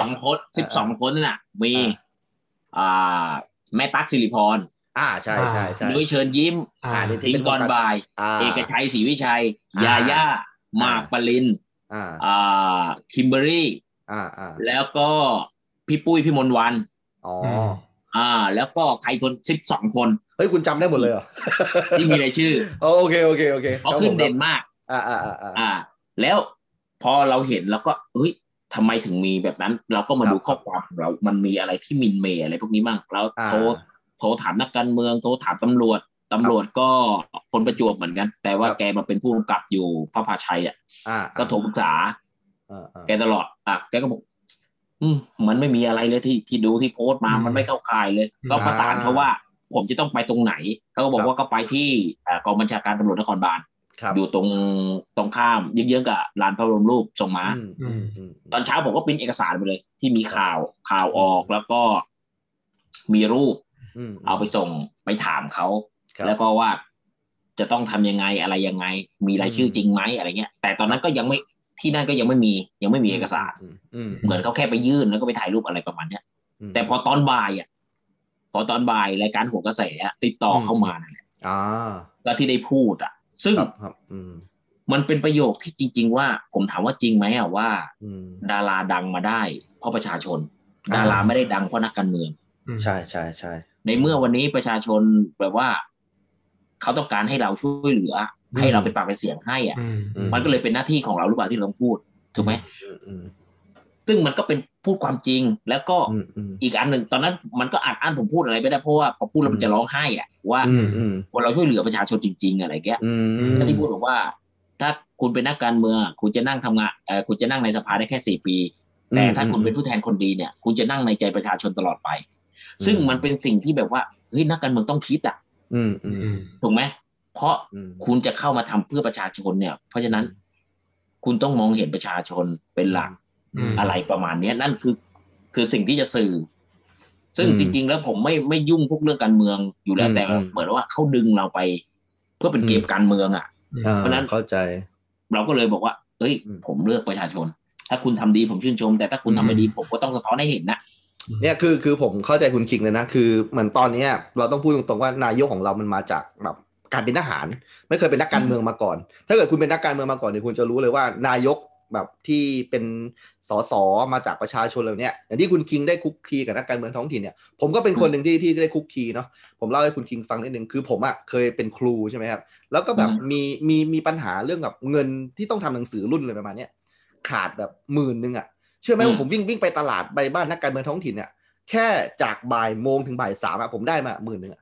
12 คนน่ะมีแม่ตั๊กสิริพรใช่นุ้ยเชิญยิ้มคิงก่อนบ่ายเอกชัยศรีวิชัยยาย่าหมากปรินคิมเบอรี่แล้วก็พี่ปุ้ยพี่มนต์วันแล้วก็ใครคน12 คนเฮ้ยคุณจำได้หมดเลยเหรอที่มีรายชื่อโอเคเขาขึ้นเด่นมากแล้วพอเราเห็นแล้วก็เฮ้ยทำไมถึงมีแบบนั้นเราก็มาดูข้อความของเรามันมีอะไรที่มินเมย์อะไรพวกนี้บ้างแล้วโทรถามนักการเมืองโทรถามตำรวจก็คนประจวบเหมือนกันแต่ว่าแกมาเป็นผู้กำกับอยู่พระพาชัยก็โทรปรึกษาแกตลอดแกก็บอกมันไม่มีอะไรเลยที่ดูที่โพสต์มามันไม่เข้าข่ายเลยก็ประสานเขาว่าผมจะต้องไปตรงไหนเขาก็บอกว่าก็ไปที่กองบัญชาการตำรวจนครบาลอยู่ตรงข้ามเยื้องๆกับลานพระบรมรูปทรงม้าตอนเช้าผมก็ปริ้นเอกสารไปเลยที่มีข่าวออกแล้วก็มีรูปเอาไปส่งไปถามเขาแล้วก็ว่าจะต้องทำยังไงอะไรยังไงมีรายชื่อจริงไหมอะไรเงี้ยแต่ตอนนั้นก็ยังไม่ที่นั่นก็ยังไม่มีเอกสารเหมือนเขาแค่ไปยื่นแล้วก็ไปถ่ายรูปอะไรประมาณเนี้ยแต่พอตอนบ่ายรายการหัวกระแสติดต่อเข้ามานั่นแหละแล้วที่ได้พูดซึ่งมันเป็นประโยคที่จริงๆว่าผมถามว่าจริงไหมว่าดาราดังมาได้เพราะประชาชนดาราไม่ได้ดังเพราะนักการเมืองใช่ในเมื่อวันนี้ประชาชนแบบว่าเขาต้องการให้เราช่วยเหลือให้เราเป็นปากเป็นเสียงให้มันก็เลยเป็นหน้าที่ของเราหรือเปล่าที่เราต้องพูดถูกไหมซึ่งมันก็เป็นพูดความจริงแล้วก็อีกอันหนึ่งตอนนั้นมันก็อัดผมพูดอะไรไม่ได้เพราะว่าพอพูดแล้วมันจะร้องไห้ว่าเราช่วยเหลือประชาชนจริงๆอะไรเงี้ยแล้วที่พูดบอกว่าถ้าคุณเป็นนักการเมืองคุณจะนั่งทำงานคุณจะนั่งในสภาได้แค่4 ปีแต่ถ้าคุณเป็นผู้แทนคนดีเนี่ยคุณจะนั่งในใจประชาชนตลอดไปซึ่งมันเป็นสิ่งที่แบบว่าเฮ้ยนักการเมืองต้องคิดถูกไหมเพราะคุณจะเข้ามาทำเพื่อประชาชนเนี่ยเพราะฉะนั้นคุณต้องมองเห็นประชาชนเป็นหลักอะไรประมาณนี้นั่นคือสิ่งที่จะสื่อซึ่งจริงๆแล้วผมไม่ยุ่งพวกเรื่องการเมืองอยู่แล้วแต่เหมือนว่าเขาดึงเราไปเพื่อเป็นเกมการเมืองเพราะนั้นเข้าใจเราก็เลยบอกว่าเอ้ยผมเลือกประชาชนถ้าคุณทำดีผมชื่นชมแต่ถ้าคุณทำไม่ดีผมก็ต้องสะท้อนให้เห็นนะเนี่ยคือผมเข้าใจคุณคิงเลยนะคือเหมือนตอนนี้เราต้องพูดตรงๆว่านายกของเรามันมาจากแบบการเป็นทหารไม่เคยเป็นนักการเมืองมาก่อนถ้าเกิดคุณเป็นนักการเมืองมาก่อนเนี่ยคุณจะรู้เลยว่านายกแบบที่เป็นสสมาจากประชาชนเหล่านี้อย่างที่คุณคิงได้คุกคีกับนักการเมืองท้องถิ่นเนี่ยผมก็เป็นคนหนึ่งที่ได้คุกคีเนาะผมเล่าให้คุณคิงฟังนิดนึงคือผมเคยเป็นครูใช่ไหมครับแล้วก็แบบมีปัญหาเรื่องกับเงินที่ต้องทำหนังสือรุ่นเลยประมาณนี้ขาดแบบ10,000เชื่อไหมว่าผมวิ่งไปตลาดไปบ้านนักการเมืองท้องถิ่นเนี่ยแค่จากบ่ายโมงถึงบ่าย3ผมได้มา10,000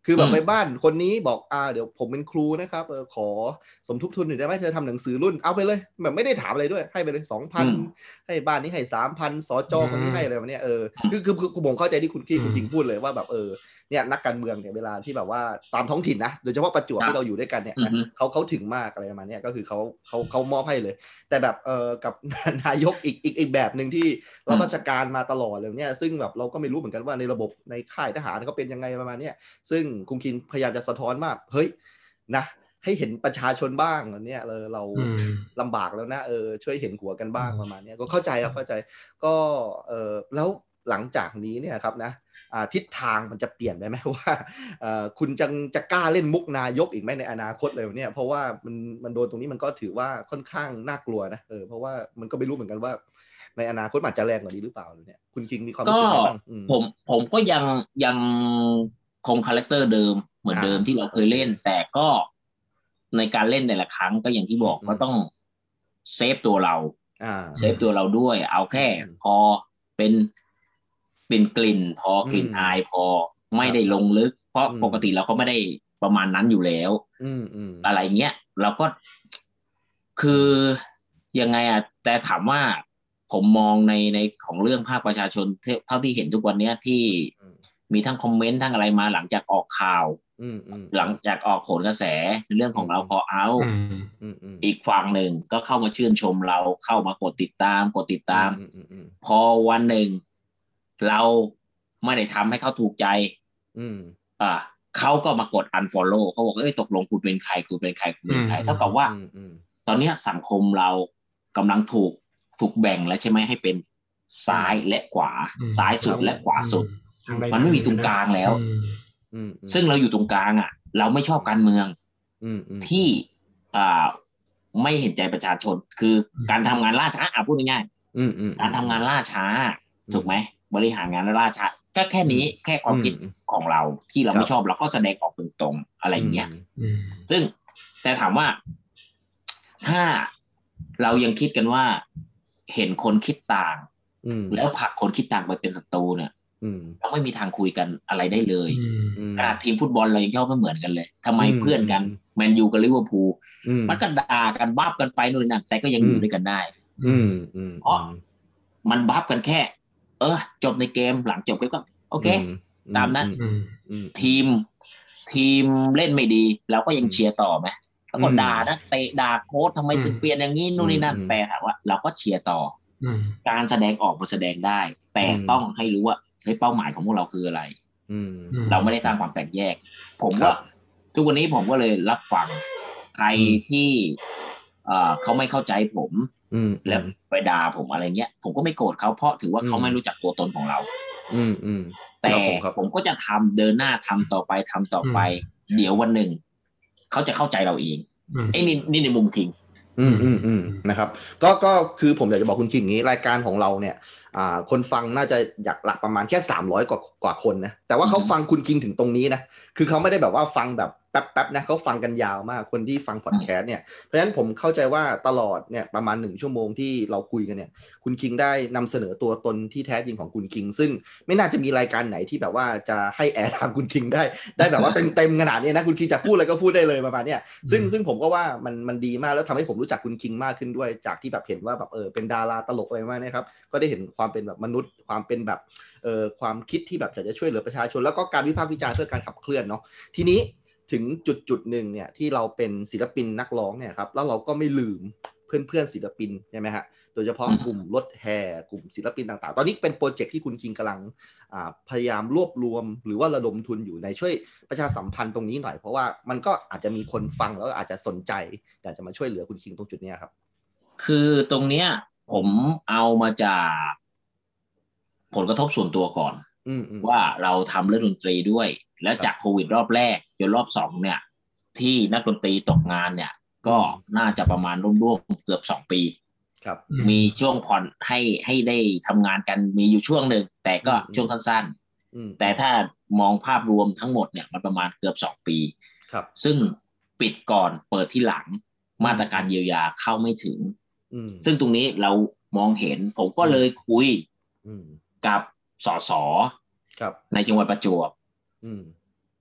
คือแบบไปบ้านคนนี้บอกเดี๋ยวผมเป็นครูนะครับขอสมทบทุนหน่อยได้ไหมเธอทำหนังสือรุ่นเอาไปเลยแบบไม่ได้ถามอะไรด้วยให้ไปเลย 2,000 ให้บ้านนี้ให้ 3,000 สจคนนี้ให้อะไรแบบเนี้ยคือผมเข้าใจที่คุณคิงพูดเลยว่าแบบเนี่ยนักการเมืองเนี่ยเวลาที่แบบว่าตามท้องถิ่นนะโดยเฉพาะประจวบที่เราอยู่ด้วยกันเนี่ยนะเขาถึงมากอะไรประมาณนี้ก็คือเขามอบให้เลยแต่แบบกับนายกอีกแบบนึงที่รับราชการมาตลอดเลยเนี่ยซึ่งแบบเราก็ไม่รู้เหมือนกันว่าในระบบในค่ายทหารเขาเป็นยังไงประมาณนี้ซึ่งคุณคิงพยายามจะสะท้อนว่าเฮ้ยนะให้เห็นประชาชนบ้างเนี่ยเราลำบากแล้วนะช่วยเห็นหัวกันบ้างประมาณนี้ก็เข้าใจครับเข้าใจก็แล้วหลังจากนี้เนี่ยครับนะทิศทางมันจะเปลี่ยนไปไหมว่าคุณจะกล้าเล่นมุกนายกอีกไหมในอนาคตเลยเนี่ยเพราะว่ามันโดนตรงนี้มันก็ถือว่าค่อนข้างน่ากลัวนะเพราะว่ามันก็ไม่รู้เหมือนกันว่าในอนาคตอาจจะแรงกว่านี้หรือเปล่าเนี่ยคุณคิงมีความรู้สึกยังไงบ้างผมก็ยังคงคาแรคเตอร์เดิมเหมือนเดิมที่เราเคยเล่นแต่ก็ในการเล่นแต่ละครั้งก็อย่างที่บอกก็ต้องเซฟตัวเราด้วยเอาแค่พอเป็นกลิ่นพอกลิ่นอายพอไม่ได้ลงลึกเพราะปกติเราก็ไม่ได้ประมาณนั้นอยู่แล้วอะไรเงี้ยเราก็คือยังไงแต่ถามว่าผมมองในของเรื่องภาคประชาชนเท่าที่เห็นทุกวันนี้ที่มีทั้งคอมเมนต์ทั้งอะไรมาหลังจากออกข่าวหลังจากออกโหนกระแสในเรื่องของเราคอเอาอีกฝั่งหนึ่งก็เข้ามาชื่นชมเราเข้ามากดติดตามพอวันหนึ่งเราไม่ได้ทำให้เขาถูกใจเขาก็มากด unfollow เขาบอกตกลงคุณเป็นใครเท่ากับว่าตอนนี้สังคมเรากำลังถูกแบ่งแล้วใช่ไหมให้เป็นซ้ายและขวาซ้ายสุดและขวาสุดมันไม่มีตรงกลางแล้วซึ่งเราอยู่ตรงกลางเราไม่ชอบการเมืองที่ไม่เห็นใจประชาชนคือการทำงานล่าช้าพูดง่ายๆการทำงานล่าช้าถูกไหมบริหารงานล่าช้าก็แค่นี้แค่ความคิดของเราที่เราไม่ชอบเราก็แสดงออกตรงๆอะไรอย่างเงี้ยซึ่งแต่ถามว่าถ้าเรายังคิดกันว่าเห็นคนคิดต่างแล้วผลักคนคิดต่างไปเป็นศัตรูเนี่ยเราไม่มีทางคุยกันอะไรได้เลยขนาดทีมฟุตบอลเรายังชอบไม่เหมือนกันเลยทำไมเพื่อนกันแมนยูกับลิเวอร์พูลมันก็ด่ากันบัฟกันไปนู่นนั่นแต่ก็ยังอยู่ด้วยกันได้เพราะมันบัฟกันแค่จบในเกมหลังจบก็โอเคตามนั้นทีมเล่นไม่ดีเราก็ยังเชียร์ต่อไหมแล้วก็ด่านะเตะด่าโค้ชทำไมถึงเปลี่ยนอย่างนี้นู่นนี่นั่นแต่ถามว่าเราก็เชียร์ต่อการแสดงออกมาแสดงได้แต่ต้องให้รู้ว่าเป้าหมายของพวกเราคืออะไรเราไม่ได้สร้างความแตกแยกผมว่าทุกวันนี้ผมก็เลยรับฟังใครที่เขาไม่เข้าใจผมแล้วไปด่าผมอะไรเงี้ยผมก็ไม่โกรธเขาเพราะถือว่าเขาไม่รู้จักตัวตนของเราแต่ผมก็จะเดินหน้าทำต่อไปเดี๋ยววันหนึ่งเขาจะเข้าใจเราเองนี่ในมุมคิงนะครับก็คือผมอยากจะบอกคุณคิงอย่างนี้รายการของเราเนี่ยคนฟังน่าจะอยากหลักประมาณแค่300กว่าคนนะแต่ว่าเขาฟังคุณคิงถึงตรงนี้นะคือเขาไม่ได้แบบว่าฟังแบบแป๊บๆนะเขาฟังกันยาวมากคนที่ฟังพอดแคสต์เนี่ยเพราะฉะนั้นผมเข้าใจว่าตลอดเนี่ยประมาณ1ชั่วโมงที่เราคุยกันเนี่ยคุณคิงได้นำเสนอตัวตนที่แท้จริงของคุณคิงซึ่งไม่น่าจะมีรายการไหนที่แบบว่าจะให้แอร์ทางคุณคิงได้แบบว่าเต็มขนาดนี้นะคุณคิงจะพูดอะไรก็พูดได้เลยประมาณนี้ซึ่งผมก็ว่ามันดีมากแล้วทำให้ผมรู้จักคุณคิงมากขึ้นด้วยจากที่แบบเห็นว่าแบบเป็นดาราตลกอะไรมากนะครับก็ได้เห็นความเป็นแบบมนุษย์ความเป็นแบบความคิดที่แบบจะช่วยเหลือประชาชนแล้วก็การวิพากษ์วิจารณ์เพื่อการขับเคลื่อนเนาะทีนี้ถึงจุดหนึ่งเนี่ยที่เราเป็นศิลปินนักร้องเนี่ยครับแล้วเราก็ไม่ลืมเพื่อนศิลปินใช่ไหมฮะโดยเฉพาะกลุ่มรถแห่กลุ่มศิลปินต่างๆตอนนี้เป็นโปรเจกต์ที่คุณคิงกำลังพยายามรวบรวมหรือว่าระดมทุนอยู่ในช่วยประชาสัมพันธ์ตรงนี้หน่อยเพราะว่ามันก็อาจจะมีคนฟังแล้วอาจจะสนใจอยากจะมาช่วยเหลือคุณคิงตรงจุดนี้ครับคือตรงเนี้ยผมเอามาจากผลกระทบส่วนตัวก่อนว่าเราทำเรื่องดนตรีด้วยแล้วจากโควิดรอบแรกจนรอบ2เนี่ยที่นักดนตรีตกงานเนี่ยก็น่าจะประมาณร่วมเกือบ2 ปีครับมีช่วงผ่อนให้ได้ทำงานกันมีอยู่ช่วงหนึ่งแต่ก็ช่วงสั้นๆแต่ถ้ามองภาพรวมทั้งหมดเนี่ยมันประมาณเกือบ2 ปีครับซึ่งปิดก่อนเปิดที่หลังมาตรการเยียวยาเข้าไม่ถึงซึ่งตรงนี้เรามองเห็นผมก็เลยคุยกับสสในจังหวัดประจวบ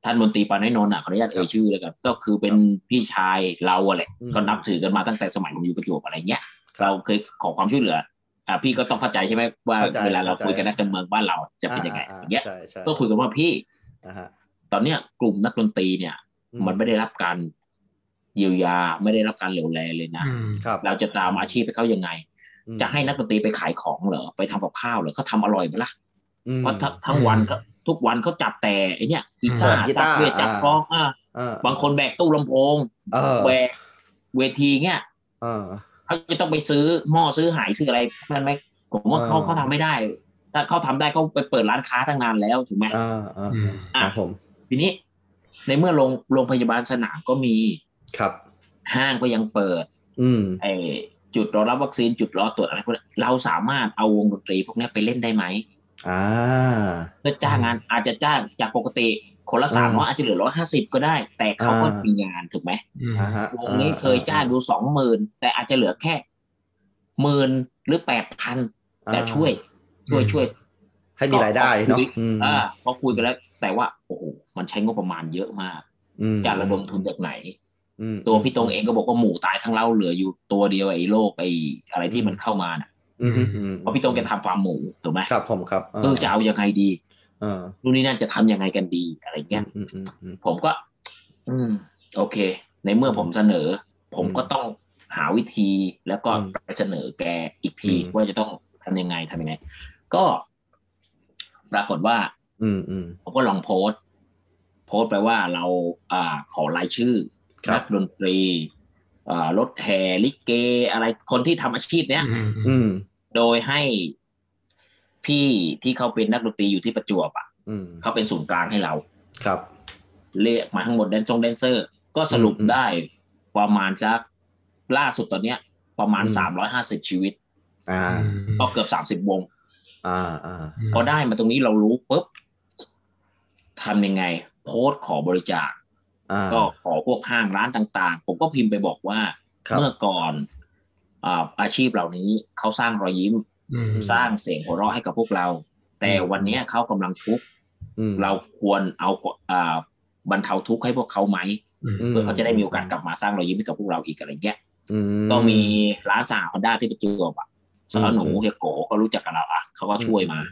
ท่านมนตรีปานนท์ขออนุญาตเอ่ยชื่อเลยกันก็คือเป็นพี่ชายเราแหละก็นับถือกันมาตั้งแต่สมัยผมอยู่ประจวบอะไรเงี้ยเราเคยขอความช่วยเหลือพี่ก็ต้องเข้าใจใช่ไหมว่าเวลาเราคุยกันนักการเมืองบ้านเราจะเป็นยังไงอย่างเงี้ยก็คุยกันว่าพี่ตอนเนี้ยกลุ่มนักดนตรีเนี่ยมันไม่ได้รับการเยียวยาไม่ได้รับการเหลียวแลเลยนะเราจะตามอาชีพให้เขายังไงจะให้นักดนตรีไปขายของเหรอไปทำกับข้าวเหรอเขาทำอร่อยไหมล่ะเพราะทั้งวันก็ทุกวันเขาจับแต่ไอเนี้ยกีตาร์จับเวทจับกลองบางคนแบกตู้ลำโพงแบกเวทีเงี้ยเขาจะต้องไปซื้อหม้อซื้อหายซื้ออะไรนั่นไหมผมว่าเขาทำไม่ได้ถ้าเขาทำได้เขาไปเปิดร้านค้าตั้งนานแล้วถูกไหมผมทีนี้ในเมื่อโรงพยาบาลสนามก็มีครับห้างก็ยังเปิดไอจุดรอรับวัคซีนจุดรอตรวจอะไรพวกนี้เราสามารถเอาวงดนตรีพวกนี้ไปเล่นได้ไหมเพื่อจ้างงานอาจจะจ้างจากปกติคนละ300อาจจะเหลือ150ก็ได้แต่เขาก็มีงานถูกไหมวงนี้เคยจ้างดู 20,000 แต่อาจจะเหลือแค่10,000หรือ 8,000 แต่ช่วยให้มีรายได้เนาะพอคุยกันแล้วแต่ว่าโอ้โหมันใช้งบประมาณเยอะมากจะระดมทุนจากไหนตัวพี่ตรงเองก็บอกว่าหมูตายทั้งเล่าเหลืออยู่ตัวเดียวไอ้โรคไอ้อะไรที่มันเข้ามาน่ะเพราะพี่ตรงแกทำฟาร์มหมูถูกไหมครับผมครับจะเอายังไงดีนู่นนี่นั่นจะทำยังไงกันดีอะไรเงี้ยผมก็โอเคในเมื่อผมเสนอผมก็ต้องหาวิธีแล้วก็ไปเสนอแกอีกทีว่าจะต้องทำยังไงก็ปรากฏว่าผมก็ลองโพสต์ไปว่าเราขอรายชื่อนักดนตรีรถแห่ลิเกอะไรคนที่ทำอาชีพเนี้ยโดยให้พี่ที่เขาเป็นนักดนตรีอยู่ที่ประจวบเขาเป็นศูนย์กลางให้เราครับเรียกมาทั้งหมดแดนเซอร์ก็สรุปได้ประมาณสักล่าสุดตอนเนี้ยประมาณ350ชีวิตก็เกือบ30วงพอได้มาตรงนี้เรารู้ปุ๊บทำยังไงโพสต์ขอบริจาคก็ขอพวกห้างร้านต่างๆผมก็พิมพ์ไปบอกว่าเมื่อก่อนอาชีพเหล่านี้เขาสร้างรอยยิ้มสร้างเสียงหัวเราะให้กับพวกเราแต่วันนี้เขากำลังทุกข์เราควรเอาบรรเทาทุกข์ให้พวกเขาไหมเพื่อเขาจะได้มีโอกาสกลับมาสร้างรอยยิ้มให้กับพวกเราอีกอะไรเงี้ยก็มีร้านสหฮอนด้าที่ประจวบสาวหนูเฮียโกก็รู้จักกับเราเขาก็ช่วยมา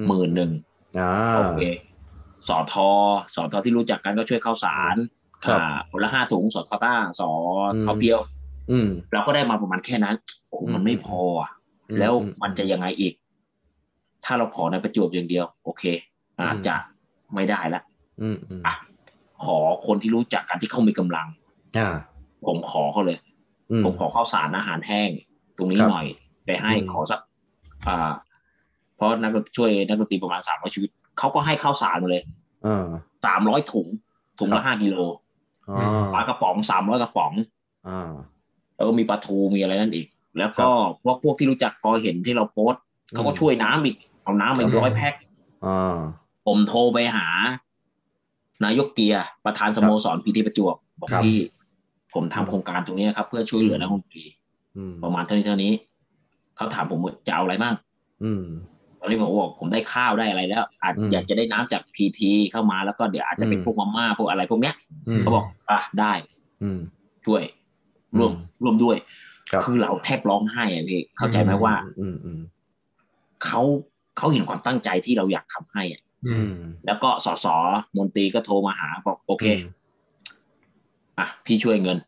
10,000โอเคสอทอที่รู้จักกันก็ช่วยข้าวสารคนละ5 ถุงสอทอต้าสอทอเพียวเราก็ได้มาประมาณแค่นั้นโอ้มันไม่พอแล้วมันจะยังไงอีกถ้าเราขอในประจวบอย่างเดียวโอเคอาจจะไม่ได้ละขอคนที่รู้จักกันที่เขามีกำลังผมขอเขาเลยผมขอข้าวสารอาหารแห้งตรงนี้หน่อยไปให้ขอสักเพราะช่วยนักดนตรีประมาณ300ชีวิตเขาก็ให้ข้าวสารมาเลย300 ถุงละ5 กิโลปลากระป๋อง300 กระป๋องแล้วก็มีปลาทูมีอะไรนั่นอีกแล้วก็พวกที่รู้จักพอเห็นที่เราโพสต์เขาก็ช่วยน้ำอีกเอาน้ำมา100 แพ็คผมโทรไปหานายกเกียร์ประธานสโมสรพีทีประจวบบอกพี่ผมทำโครงการตรงนี้ครับเพื่อช่วยเหลือนักดนตรีประมาณเท่านี้เขาถามผมจะเอาอะไรบ้างตอนนี้ผมบอกผมได้ข้าวได้อะไรแล้วอาจอยากจะได้น้ำจากพีทีเข้ามาแล้วก็เดี๋ยวอาจจะเป็นพวกมาม่าพวกอะไรพวกเนี้ยเขาบอกได้ช่วยร่วมด้วยคือเราแทบร้องไห้พี่เข้าใจไหมว่าเขาเห็นความตั้งใจที่เราอยากทำให้แล้วก็สสมนตรีก็โทรมาหาบอกโอเคพี่ช่วยเงิน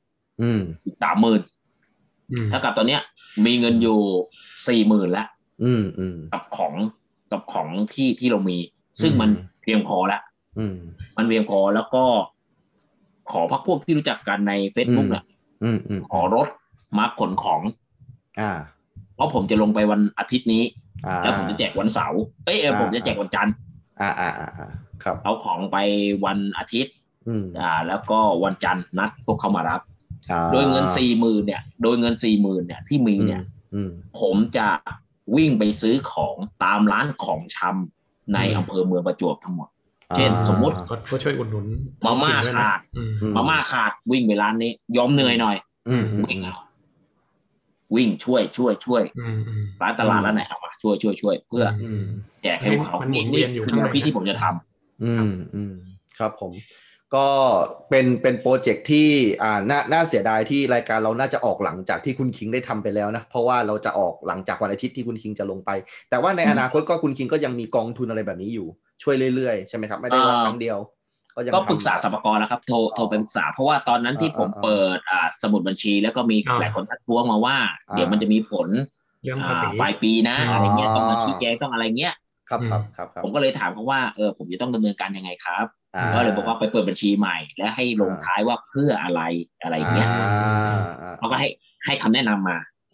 30,000ถ้ากับตอนเนี้ยมีเงินอยู่40,000แล้วกับของที่เรามีซึ่งมันเพียงพอแล้วมันเพียงพอแล้วก็ขอพวกที่รู้จักกันใน Facebook น่ะขอรถมาขนของเพราะผมจะลงไปวันอาทิตย์นี้แล้วผมจะแจกวันเสาร์ผมจะแจกวันจันทร์ครับเอาของไปวันอาทิตย์แล้วก็วันจันทร์นัดพวกเขามารับโดยเงิน 40,000 เนี่ยที่มีเนี่ยผมจะวิ่งไปซื้อของตามร้านของชำในอำเภอเมืองประจวบทั้งหมดเช่นสมมติก็ช่วยอุดหนุนมาม่าขาดวิ่งไปร้านนี้ยอมเหนื่อยหน่อยวิ่งช่วยร้านตลาดร้านไหนเอามาช่วยเพื่อแจกให้เขานี่คือพี่ที่ผมจะทำครับผมก็เป็นโปรเจกต์ที่น่าเสียดายที่รายการเราน่าจะออกหลังจากที่คุณคิงได้ทำไปแล้วนะเพราะว่าเราจะออกหลังจากวันอาทิตย์ที่คุณคิงจะลงไปแต่ว่าในอนาคตก็คุณคิงก็ยังมีกองทุนอะไรแบบนี้อยู่ช่วยเรื่อยๆใช่ไหมครับไม่ได้ว่าครั้งเดียวก็ปรึกษาสรรพากรแล้วครับโทรไปปรึกษาเพราะว่าตอนนั้นที่ผมเปิดสมุดบัญชีแล้วก็มีหลายคนทักท้วงมาว่าเดี๋ยวมันจะมีผลปลายปีนะอะไรเงี้ยต้องมาชี้แจงต้องอะไรเงี้ยครับผมก็เลยถามเขาว่าผมจะต้องดำเนินการยังไงครับก็เลยบอกว่าไปเปิดบัญชีใหม่และให้ลงท้ายว่าเพื่ออะไรเงี้ยเขาก็ให้คำแนะนำมา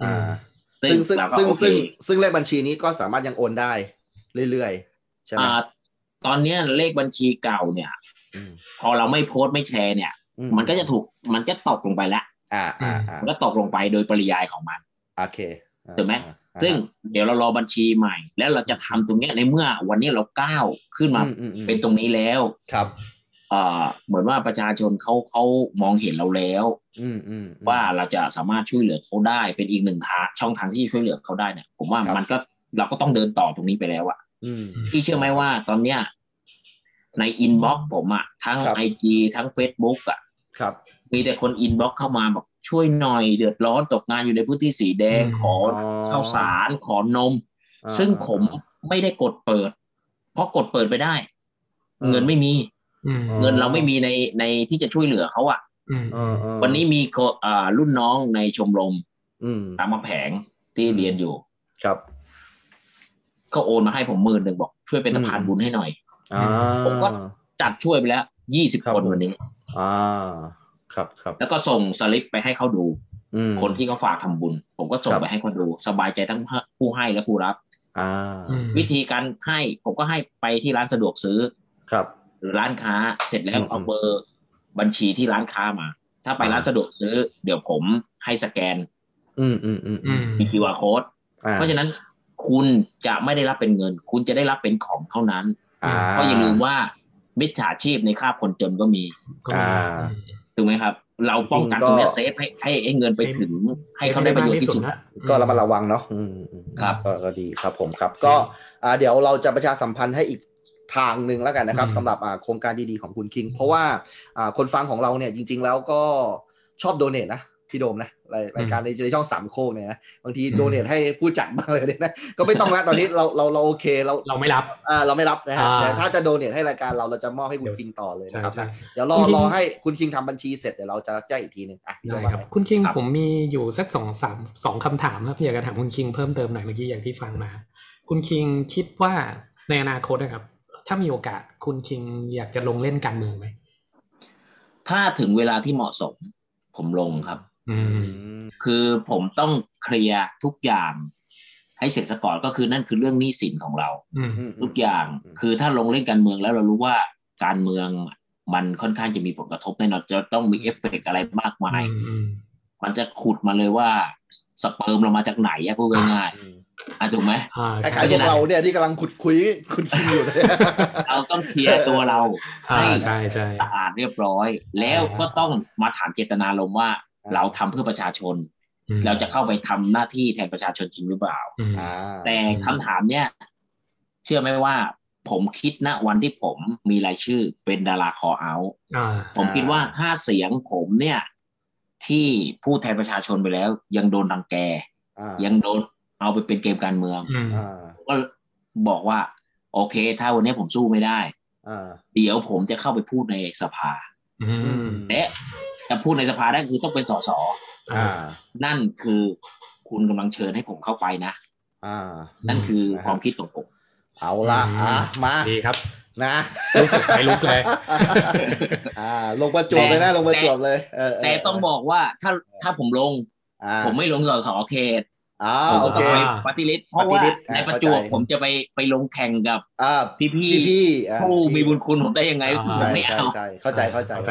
ซึ่งเลขบัญชีนี้ก็สามารถยังโอนได้เรื่อยๆใช่ไหมตอนนี้เลขบัญชีเก่าเนี่ยพอเราไม่โพสต์ไม่แชร์เนี่ยมันก็จะตกลงไปแล้วมันก็ตกลงไปโดยปริยายของมันโอเคถูกไหมซึ่งเดี๋ยวเรารอบัญชีใหม่แล้วเราจะทำตรงนี้ในเมื่อวันนี้เราก้าวขึ้นมาเป็นตรงนี้แล้วครับเหมือนว่าประชาชนเขามองเห็นเราแล้วว่าเราจะสามารถช่วยเหลือเขาได้เป็นอีกหนึ่งทางช่องทางที่ช่วยเหลือเขาได้เนี่ยผมว่ามันก็เราก็ต้องเดินต่อตรงนี้ไปแล้วอ่ะพี่เชื่อไหมว่าตอนเนี้ยในอินบ็อกซ์ผมอ่ะทั้ง IG ทั้ง Facebook อ่ะมีแต่คนอินบ็อกซ์เข้ามาบอกช่วยหน่อยเดือดร้อนตกงานอยู่ในพื้นที่สีแดงขอข้าวสารขอนมซึ่งผมไม่ได้กดเปิดเพราะกดเปิดไปได้เงินไม่มีเงินเราไม่มีในที่จะช่วยเหลือเขาอ่ะวันนี้มีรุ่นน้องในชมรมตามมาแผงที่เรียนอยู่ครับก็โอนมาให้ผม10,000บอกช่วยเป็นสะพานบุญให้หน่อยผมก็จัดช่วยไปแล้ว20 คนวันนี้ครับแล้วก็ส่งสลิปไปให้เขาดูคนที่เขาฝากทำบุญผมก็ส่งไปให้เขาดูสบายใจทั้งผู้ให้และผู้รับวิธีการให้ผมก็ให้ไปที่ร้านสะดวกซื้อหรือร้านค้าเสร็จแล้วเอาเบอร์บัญชีที่ร้านค้ามาถ้าไปร้านสะดวกซื้อเดี๋ยวผมให้สแกนมี QR code เพราะฉะนั้นคุณจะไม่ได้รับเป็นเงินคุณจะได้รับเป็นของเท่านั้นเพราะอย่าลืมว่ามิจฉาชีพในคราบคนจนก็มีถูกไหมครับเราป้องกันตรงนี้เซฟให้เงินไปถึงให้เขาได้ประโยชน์ที่สุดก็ระมัดระวังเนาะครับก็ดีครับผมครับก็เดี๋ยวเราจะประชาสัมพันธ์ให้อีกทางหนึ่งแล้วกันนะครับสำหรับโครงการดีๆของคุณคิงเพราะว่าคนฟังของเราเนี่ยจริงๆแล้วก็ชอบโดเนทนะพี่โดมนะรายการในช่อง3โคกเนี่ยนะบางทีโดเนทให้ผู้จัดบ้างเลยนะก็ไม่ต้องละตอนนี้เราโอเคเราไม่รับเราไม่รับนะฮะแต่ถ้าจะโดเนทให้รายการเราจะมอบให้คุณคิงต่อเลยนะครับเดี๋ยวรอให้คุณคิงทำบัญชีเสร็จเดี๋ยวเราจะแจ้งอีกทีนึงได้ครับคุณคิงผมมีอยู่สัก2คำถามครับอยากจะถามคุณคิงเพิ่มเติมหน่อยเมื่อกี้อย่างที่ฟังมาคุณคิงคิดว่าในอนาคตนะครับถ้ามีโอกาสคุณคิงอยากจะลงเล่นการเมืองไหมถ้าถึงเวลาที่เหมาะสมผมลงครับคือผมต้องเคลียร์ทุกอย่างให้เสร็จซะก่อนก็คือนั่นคือเรื่องหนี้สินของเราทุกอย่างคือถ้าลงเล่นการเมืองแล้วเรารู้ว่าการเมืองมันค่อนข้างจะมีผลกระทบแน่นอนจะต้องมีเอฟเฟกต์อะไรมากมายมันจะขุดมาเลยว่าสเปิร์มเรามาจากไหนพูดง่ายๆถูกไหมคล้ายๆเราเนี่ยที่กำลังขุดคุยคุณคิงอยู่เราต้องเคลียร์ตัวเราให้สะอาดเรียบร้อยแล้วก็ต้องมาถามเจตนารมณ์ว่าเราทำเพื่อประชาชนเราจะเข้าไปทำหน้าที่แทนประชาชนจริงหรือเปล่าแต่คำถามเนี้ยเชื่อไหมว่าผมคิดณวันที่ผมมีรายชื่อเป็นดาราคอเอาท์ผมคิดว่า5เสียงผมเนี่ยที่พูดแทนประชาชนไปแล้วยังโดนรังแกยังโดนเอาไปเป็นเกมการเมืองก็บอกว่าโอเคถ้าวันนี้ผมสู้ไม่ได้เดี๋ยวผมจะเข้าไปพูดในสภาและจะพูดในสภาได้คือต้องเป็นสสนั่นคือคุณกำลังเชิญให้ผมเข้าไปนะนั่นคือความคิดของผมเอาละมาดีครับนะรู้สึกไปลุกเลยลงประจวบเลยนะลงประจวบเลยแต่ต้องบอกว่าถ้าผมลงผมไม่ลงสสเขตผมก็ต้องไปปฏิริษีเพราะว่าในประจวบผมจะไปลงแข่งกับพี่ผู้มีบุญคุณผมได้ยังไงผมไม่เอาเข้าใจ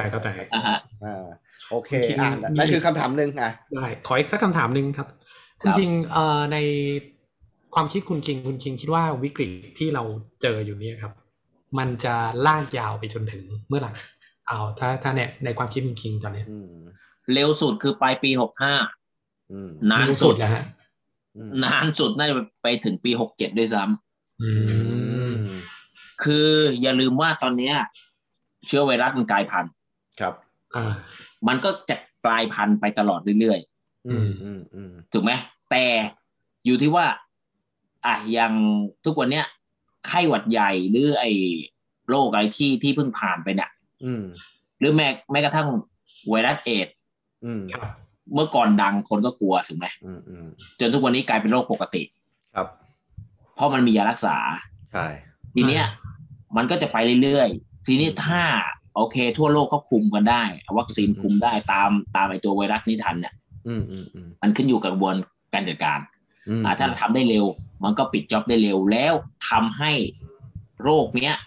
โอเคนั่นคือคำถามนึงได้ขออีกสักคำถามนึงครับคุณจริงในความคิดคุณจริงคิดว่าวิกฤตที่เราเจออยู่เนี่ยครับมันจะลากยาวไปจนถึงเมื่อไหร่ถ้าในความคิดคุณจริงตอนนี้เร็วสุดคือปลายปี65นานสุดนะฮะนานสุดน่าจะไปถึงปี67ด้วยซ้ำคืออย่าลืมว่าตอนนี้เชื้อไวรัสมันกลายพันธุ์ครับมันก็จะกลายพันธุ์ไปตลอดเรื่อยๆถูกไหมแต่อยู่ที่ว่าอย่างทุกวันเนี้ยไข้หวัดใหญ่หรือไอ้โรคอะไรที่เพิ่งผ่านไปเนี่ยหรือแม้กระทั่งไวรัสเอดส์เมื่อก่อนดังคนก็กลัวถูกไหมจนทุกวันนี้กลายเป็นโรคปกติครับเพราะมันมียารักษาใช่ทีเนี้ยมันก็จะไปเรื่อยๆทีนี้ถ้าโอเคทั่วโลกก็คุมกันได้วัคซีนคุมได้ตามไอตัวไวรัสนี้ทันเนี่ยมันขึ้นอยู่กับกระบวนการจัดการถ้าเราทำได้เร็วมันก็ปิดจ็อบได้เร็วแล้วทำให้โรคเนี้ย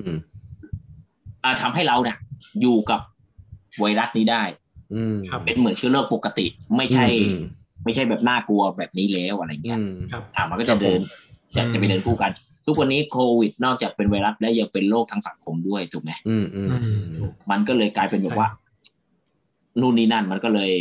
ทำให้เราเนี่ยอยู่กับไวรัสนี้ได้เป็นเหมือนเชื้อโรคปกติไม่ใช่แบบน่ากลัวแบบนี้แล้วอะไรเงี้ยมันก็จะเดินจะไปเดินคู่กันทุกวันนี้โควิดนอกจากเป็นไวรัสแล้วยังเป็นโรคทางสังคมด้วยถูกไหมมันก็เลยกลายเป็นแบบว่านู่นนี่นั่นมันก็เลย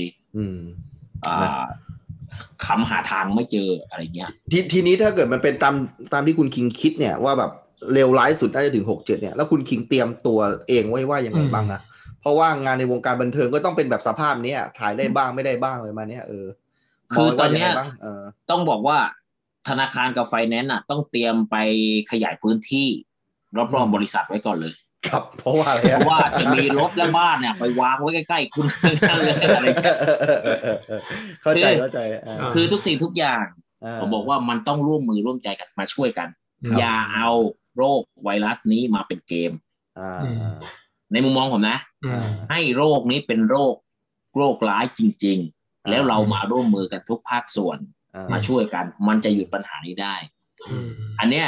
คำหาทางไม่เจออะไรเงี้ยทีนี้ถ้าเกิดมันเป็นตามที่คุณคิงคิดเนี่ยว่าแบบเร็วร้ายสุดน่าจะถึง6-7เนี่ยแล้วคุณคิงเตรียมตัวเองไว้ว่ายังไงบ้างนะเพราะว่างานในวงการบันเทิงก็ต้องเป็นแบบสภาพนี้ถ่ายได้บ้างไม่ได้บ้างเลยมาเนี้ยคือตอนเนี้ยต้องบอกว่าธนาคารกับไฟแนนซ์ต้องเตรียมไปขยายพื้นที่รอบๆบริษัทไว้ก่อนเลยครับเพราะว่าอะไรเพราะว่าจะมีรถและบ้านเนี่ยไปวางไว้ใกล้ๆคุณนั่นเลยอะไรเงี้ยเข้าใจคือทุกสิ่งทุกอย่างผมบอกว่ามันต้องร่วมมือร่วมใจกันมาช่วยกันอย่าเอาโรคไวรัสนี้มาเป็นเกมในมุมมองผมนะให้โรคนี้เป็นโรคร้ายจริงๆแล้วเรามาร่วมมือกันทุกภาคส่วนมาช่วยกันมันจะหยุดปัญหานี้ได้อันเนี้ย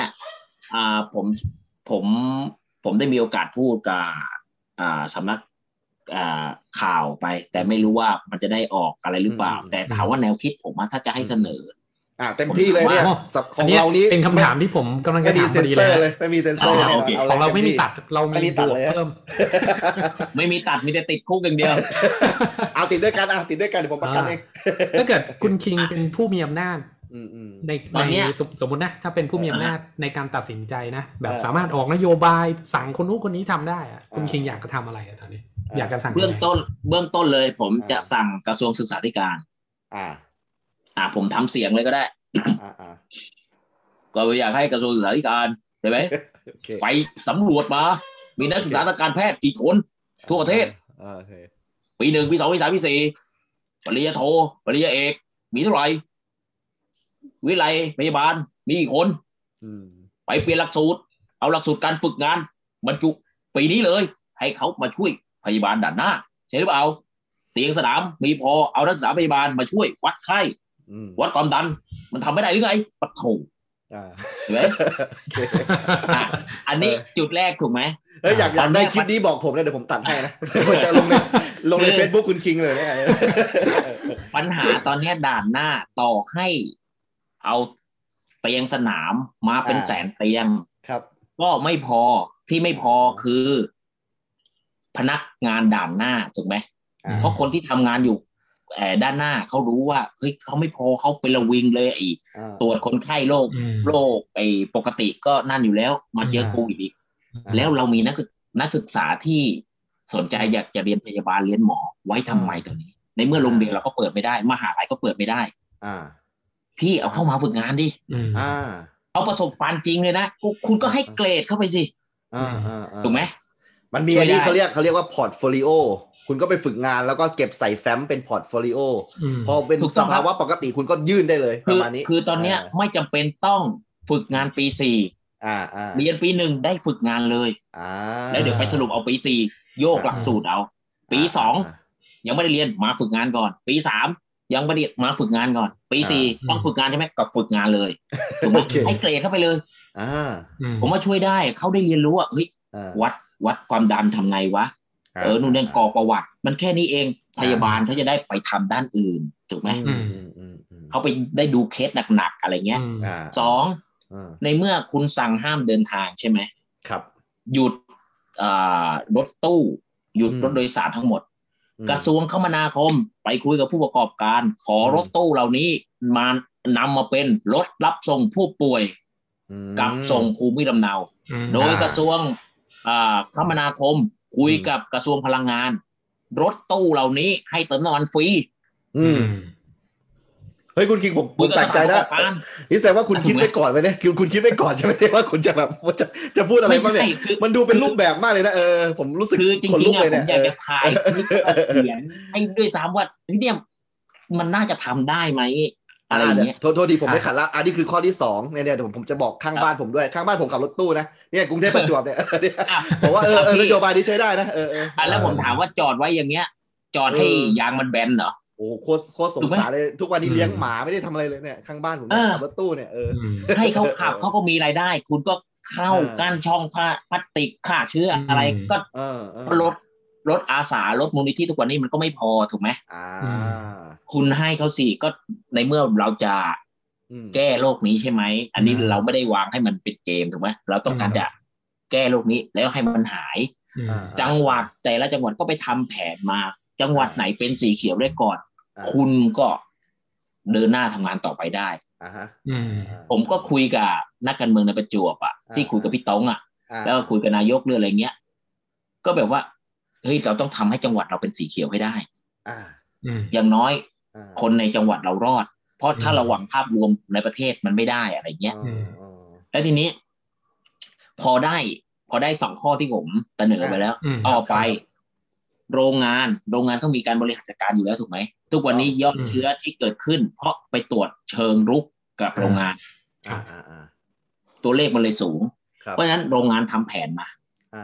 ผมได้มีโอกาสพูดกับสำนักข่าวไปแต่ไม่รู้ว่ามันจะได้ออกอะไรหรือเปล่าแต่ถามว่าแนวคิดผมถ้าจะให้เสนอเต็มที่เลยเนี่ยของเรานี้เป็นคำถามที่ผมกำลังจะถามพอดีเลยไม่มีเซนเซอร์ของเราไม่มีตัดเรามีบวกเพิ่มไม่มีตัดมีแต่ติดคุกอย่างเดียวเอาติดด้วยกันเดี๋ยวผมประกันเองถ้าเกิดคุณคิงเป็นผู้มีอำนาจในสมมตินะถ้าเป็นผู้มีอำนาจในการตัดสินใจนะแบบสามารถออกนโยบายสั่งคนนู้นคนนี้ทำได้คุณคิงอยากจะทำอะไรตอนนี้อยากจะสั่งเบื้องต้นเลยผมจะสั่งกระทรวงศึกษาธิการผมทำเสียงเลยก็ได้ก็อยากให้กระทรวงศึกษาธิการใช่ไหม ไปสำรวจมามีนักศึกษาทางการแพทย์กี่คนทั่วประเทศปี1ปี2ปี3ปี4ปริญญาโทปริญญาเอกมีเท่าไหร่วิทยาลัยพยาบาลมีกี่คนไปเปลี่ยนหลักสูตรเอาหลักสูตรการฝึกงานบรรจุปีนี้เลยให้เขามาช่วยพยาบาลด่านหน้าใช่หรือเปล่าเตียงสนามมีพอเอานักศึกษาพยาบาลมาช่วยวัดไข้วัดความดันมันทำไม่ได้หรือไงปัดโถเห็นไหมอันนี้จุดแรกถูกไหมอยากได้คลิปนี้บอกผมเลยเดี๋ยวผมตัดให้นะผมจะลงใน Facebook คุณคิงเลยเนี่ยปัญหาตอนนี้ด่านหน้าต่อให้เอาเตียงสนามมาเป็นแสนเตียงก็ไม่พอที่ไม่พอคือพนักงานด่านหน้าถูกไหมเพราะคนที่ทำงานอยู่ด้านหน้าเขารู้ว่าเฮ้ยเขาไม่พอเขาเป็นระวิงเลยตรวจคนไข้โรคปกติก็นั่นอยู่แล้วมาเจอโควิดอีกแล้วเรามีนักศึกษาที่สนใจอยากจะเรียนพยาบาลเรียนหมอไว้ทำไมตอนนี้ในเมื่อโรงเรียนเราก็เปิดไม่ได้มหาลัยก็เปิดไม่ได้พี่เอาเข้ามาฝึกงานดิเอาประสบการณ์จริงเลยนะคุณก็ให้เกรดเข้าไปสิถูกไหมมันมีอันนี้เขาเรียกว่าพอร์ตโฟลิโอคุณก็ไปฝึกงานแล้วก็เก็บใส่แฟ้มเป็นพอร์ตโฟลิโอพอเป็นสภาวะปกติคุณก็ยื่นได้เลยประมาณนี้คือตอนนี้ไม่จำเป็นต้องฝึกงานปี4เรียนปี1ได้ฝึกงานเลยแล้วเดี๋ยวไปสรุปเอาปี4โยกหลักสูตรเอาปี2ยังไม่ได้เรียนมาฝึกงานก่อนปี3ยังไม่ได้มาฝึกงานก่อนปี4ต้องฝึกงานใช่ไหมก็ฝึกงานเลยถูกไหมให้เกรดเข้าไปเลยผมว่าช่วยได้เขาได้เรียนรู้ว่าเฮ้ยวัดความดันทำไงวะนู่นนี่กรอกประวัติมันแค่นี้เองพยาบาลเขาจะได้ไปทำด้านอื่นถูกไหมเขาไปได้ดูเคสหนักๆอะไรเงี้ย2ในเมื่อคุณสั่งห้ามเดินทางใช่ไหมครับหยุดรถตู้หยุดรถโดยสารทั้งหมดกระทรวงคมนาคมไปคุยกับผู้ประกอบการขอรถตู้เหล่านี้มานำมาเป็นรถรับส่งผู้ป่วยกับส่งภูมิลำเนาโดยกระทรวงคมนาคมคุยกับกระทรวงพลังงานรถตู้เหล่านี้ให้เติมน้ำมันฟรีเฮ้ยคุณคิงผมแปลกใจนะนี่แสดงว่าคุณคิดไปก่อนไปเนี่ยคุณคิดไปก่อนใช่ไหมว่าคุณจะแบบจะพูดอะไรบ้างเนี่ยมันดูเป็นรูปแบบมากเลยนะผมรู้สึกคือจริงๆผมอยากจะทายเขียนให้ด้วยซ้ำว่าเนี่ยมันน่าจะทำได้ไหมอะไรอย่างเงี้ยโทษทีผมไม่ขัดละอันนี้คือข้อที่2เนี่ยผมจะบอกข้างบ้านผมด้วยข้างบ้านผมขับรถตู้นะเนี่ยกรุงเทพประจวบเนี่ยบอกว่านโยบายนี้ใช้ได้นะแล้วผมถามว่าจอดไว้อย่างเงี้ยจอดให้ยางมันแบนเหรอโอ้โคตรสงสารเลยทุกวันนี้เลี้ยงหมาไม่ได้ทำอะไรเลยเนี่ยข้างบ้านผมขับรถตู้เนี่ยให้เขาขับเขาก็มีรายได้คุณก็เข้ากั้นช่องพลาสติกฆ่าเชื้ออะไรก็รถอาสารถมูลนิธิทุกวันนี้มันก็ไม่พอถูกไหมคุณให้เขาสิก็ในเมื่อเราจะแก้โลกนี้ใช่ไหมอันนี้เราไม่ได้วางให้มันเป็นเกมถูกไหมเราต้องการจะแก้โลกนี้แล้วให้มันหายจังหวัดแต่ละจังหวัดก็ไปทำแผนมาจังหวัดไหนเป็นสีเขียวได้ก่อนคุณก็เดินหน้าทำงานต่อไปได้ผมก็คุยกับนักการเมืองในประจวบที่คุยกับพี่ต้องแล้วก็คุยกับนายกเรื่องอะไรเงี้ยก็แบบว่าเฮ้ยเราต้องทำให้จังหวัดเราเป็นสีเขียวให้ได้อย่างน้อยคนในจังหวัดเรารอดเพราะถ้าเราหวังภาพรวมในประเทศมันไม่ได้อะไรเงี้ยแล้วทีนี้พอได้2ข้อที่ผมเสนอไปแล้วต่อไปโรงงานเขามีการบริหารจัดการอยู่แล้วถูกไหมทุกวันนี้ยอดเชื้อที่เกิดขึ้นเพราะไปตรวจเชิงรุกกับโรงงานตัวเลขมันเลยสูงเพราะฉะนั้นโรงงานทำแผนมา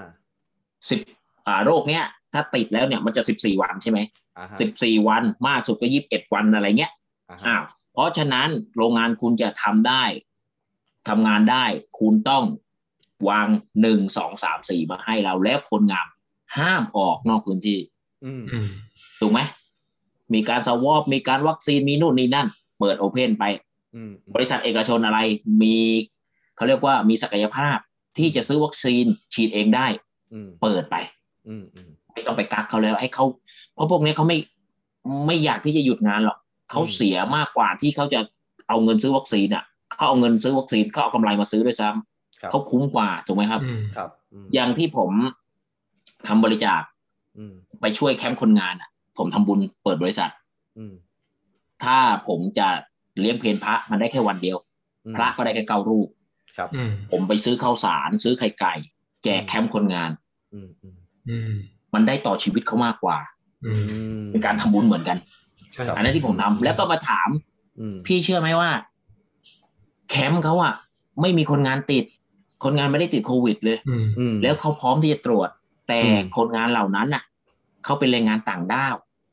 โรคเนี้ยถ้าติดแล้วเนี่ยมันจะ14 วันใช่ไหม14 วันมากสุดก็21 วันอะไรเงี้ยเพราะฉะนั้นโรงงานคุณจะทำงานได้คุณต้องวาง1 2 3 4มาให้เราแล้วคนงานห้ามออกนอกพื้นที่ถูกไหมมีการสวอปมีการวัคซีนมีนู่นนี่นั่นเปิดโอเพนไปบริษัทเอกชนอะไรมีเขาเรียกว่ามีศักยภาพที่จะซื้อวัคซีนฉีดเองได้เปิดไปไม่ต้องไปกักเขาแล้วให้เขาเพราะพวกนี้เขาไม่อยากที่จะหยุดงานหรอกเขาเสียมากกว่าที่เขาจะเอาเงินซื้อวัคซีนเขาเอาเงินซื้อวัคซีนเขาเอากำไรมาซื้อด้วยซ้ำเขาคุ้มกว่าถูกไหมครับอย่างที่ผมทำบริจาคไปช่วยแคมป์คนงานผมทำบุญเปิดบริษัทถ้าผมจะเลี้ยงเพลพระมันได้แค่วันเดียวพระก็ได้แค่9 รูปผมไปซื้อข้าวสารซื้อไข่ไก่แจกแคมป์คนงานมันได้ต่อชีวิตเขามากกว่าเป็นการทำบุญเหมือนกันอันนั้นที่ผมทำแล้วก็มาถามพี่เชื่อไหมว่าแคมป์เขาไม่มีคนงานติดคนงานไม่ได้ติดโควิดเลยแล้วเขาพร้อมที่จะตรวจแต่คนงานเหล่านั้นเขาเป็นแรงงานต่างด้าว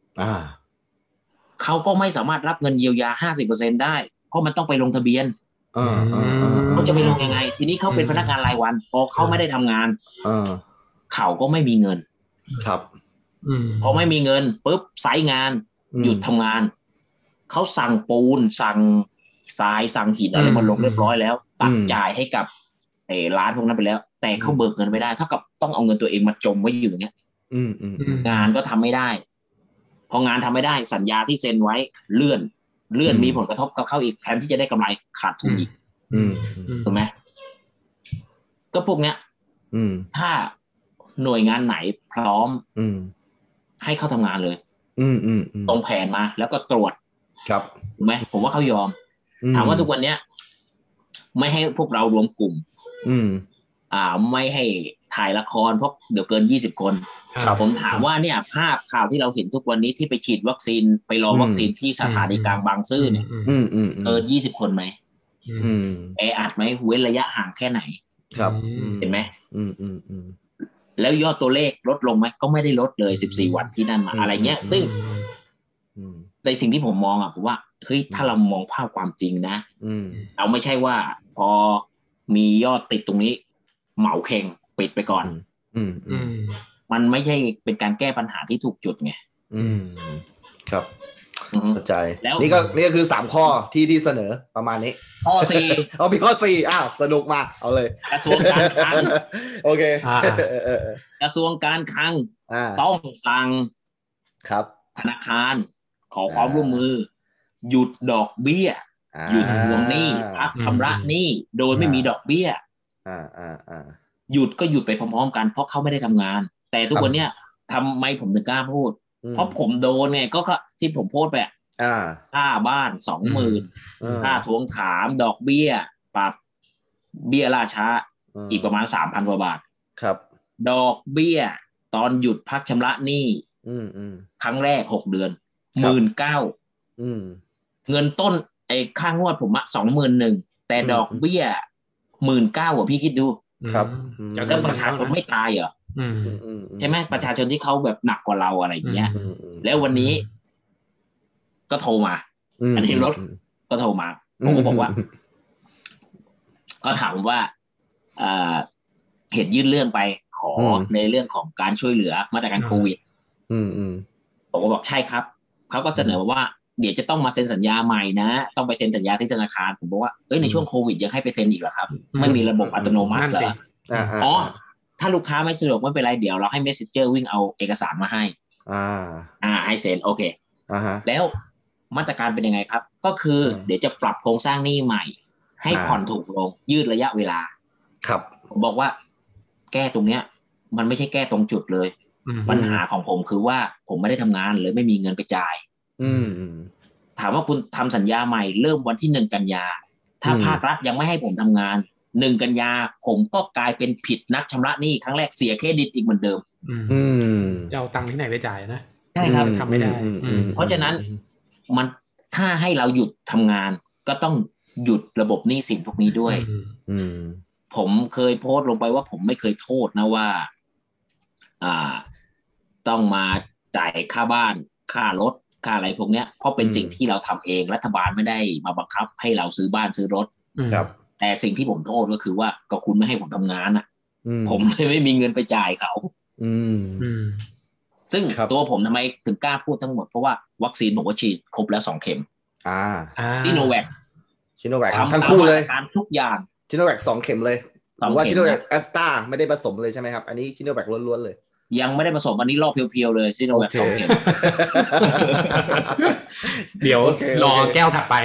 เขาก็ไม่สามารถรับเงินเยียวยา 50% ได้เพราะมันต้องไปลงทะเบียนเขาจะไปลงยังไงทีนี้เขาเป็นพนักงานรายวันพอเขาไม่ได้ทำงานเขาก็ไม่มีเงินครับพอไม่มีเงินปุ๊บไซต์งานหยุดทำงานเขาสั่งปูนสั่งทรายสั่งหินอะไรมาลงเรียบร้อยแล้วตัดจ่ายให้กับร้านพวกนั้นไปแล้วแต่เขาเบิกเงินไม่ได้เท่ากับต้องเอาเงินตัวเองมาจมไว้อยู่อย่างเงี้ยงานก็ทำไม่ได้พองานทำไม่ได้สัญญาที่เซ็นไว้เลื่อนมีผลกระทบกับเขาอีกแทนที่จะได้กำไรขาดทุนอีกถูกไหมก็พวกเนี้ยถ้าหน่วยงานไหนพร้อมให้เขาทำงานเลยตรงแผนมาแล้วก็ตรวจครับถูกไหมผมว่าเขายอมถามว่าทุกวันเนี้ยไม่ให้พวกเรารวมกลุ่มไม่ให้ถ่ายละครเพราะเดี๋ยวเกิน20 คนผมถามว่าเนี่ยภาพข่าวที่เราเห็นทุกวันนี้ที่ไปฉีดวัคซีนไปรอวัคซีนที่สถานีกลางบางซื่อเนี่ยเกิน20 คนไหมอัดไหมเว้นระยะห่างแค่ไหนครับเห็นไหมแล้วยอดตัวเลขลดลงไหมก็ไม่ได้ลดเลย14 วันที่นั่นมาอะไรเงี้ยซึ่งในสิ่งที่ผมมองผมว่าเฮ้ยถ้าเรามองภาพความจริงนะเราไม่ใช่ว่าพอมียอดติดตรงนี้เหมาเข่งปิดไปก่อนมันไม่ใช่เป็นการแก้ปัญหาที่ถูกจุดไงครับเข้าใจนี่ก็คือ3ข้อที่เสนอประมาณนี้ข้อ4 เอามีข้อ4สนุกมาเอาเลยกระทรวงการคลังโอเคกระทรวงการคลังต้องสั่งครับธนาคารขอความร่วมมือหยุดดอกเบี้ยหยุดทวงหนี้พักชำระหนี้โดยไม่มีดอกเบี้ยหยุดก็หยุดไปพร้อมๆกันเพราะเขาไม่ได้ทำงานแต่ทุกวันเนี้ยทำไมผมถึงกล้าพูดเพราะผมโดนไงก็ที่ผมโพสต์ไปค่าบ้าน 20,000 ค่าทวงถามดอกเบี้ยปรับเบี้ยล่าช้าอีกประมาณ 3,000 กว่าบาทครับดอกเบี้ยตอนหยุดพักชำระหนี้ครั้งแรก6 เดือน 19,000เงินต้นไอ้ค่างวดผมอะ 21,000แต่ดอกเบี้ย 19,000อ่ะพี่คิดดูครับแล้วประชาชนไม่ตายเหรอใช่ไหมประชาชนที่เขาแบบหนักกว่าเราอะไรอย่างเงี้ยแล้ววันนี้ก็โทรมาอันนี้รถก็โทรมาผมก็บอกว่าก็ถามว่าเห็นยื่นเรื่องไปขอในเรื่องของการช่วยเหลือมาตรการโควิดผมก็บอกใช่ครับเขาก็เสนอว่าเดี๋ยวจะต้องมาเซ็นสัญญาใหม่นะต้องไปเซ็นสัญญาที่ธนาคารผมบอกว่าในช่วงโควิดยังให้ไปเซ็นอีกเหรอครับไม่มีระบบอัตโนมัติเหรออ๋อถ้าลูกค้าไม่สะดวกไม่เป็นไรเดี๋ยวเราให้ Messenger วิ่งเอาเอกสารมาให้ให้เซ็นโอเคแล้วมาตรการเป็นยังไงครับก็คือเดี๋ยวจะปรับโครงสร้างหนี้ใหม่ให้ผ่อนถูกลงยืดระยะเวลาครับผมบอกว่าแก้ตรงเนี้ยมันไม่ใช่แก้ตรงจุดเลยปัญหาของผมคือว่าผมไม่ได้ทำงานเลยไม่มีเงินไปจ่ายถามว่าคุณทำสัญญาใหม่เริ่มวันที่1 กันยาถ้าภาครัฐยังไม่ให้ผมทำงาน1 กันยาผมก็กลายเป็นผิดนัดชำระหนี้ครั้งแรกเสียเครดิตอีกเหมือนเดิมจะเอาตังค์ที่ไหนไปจ่ายนะใช่ครับทำไม่ได้เพราะฉะนั้นมันถ้าให้เราหยุดทำงานก็ต้องหยุดระบบหนี้สินพวกนี้ด้วยผมเคยโพสต์ลงไปว่าผมไม่เคยโทษนะว่าต้องมาจ่ายค่าบ้านค่ารถค่าอะไรพวกเนี้ยเพราะเป็นสิ่งที่เราทำเองรัฐบาลไม่ได้มาบังคับให้เราซื้อบ้านซื้อรถครับแต่สิ่งที่ผมโทษก็คือว่าก็คุณไม่ให้ผมทำงานผมเลยไม่มีเงินไปจ่ายเขาซึ่งตัวผมทำไมถึงกล้าพูดทั้งหมดเพราะว่าวัคซีนผมว่าฉีดครบแล้ว2 เข็มซิโนแวคทั้งคู่เลยทุกอย่างซิโนแวค2 เข็มเลยหรือว่าซิโนแวคแอสตราไม่ได้ผสมเลยใช่ไหมครับอันนี้ซิโนแวคล้วนๆเลยยังไม่ได้ผสมอันนี้รอบเพียวๆเลยซิโนแวค2 เข็มเดี๋ยวรอแก้วถัดไป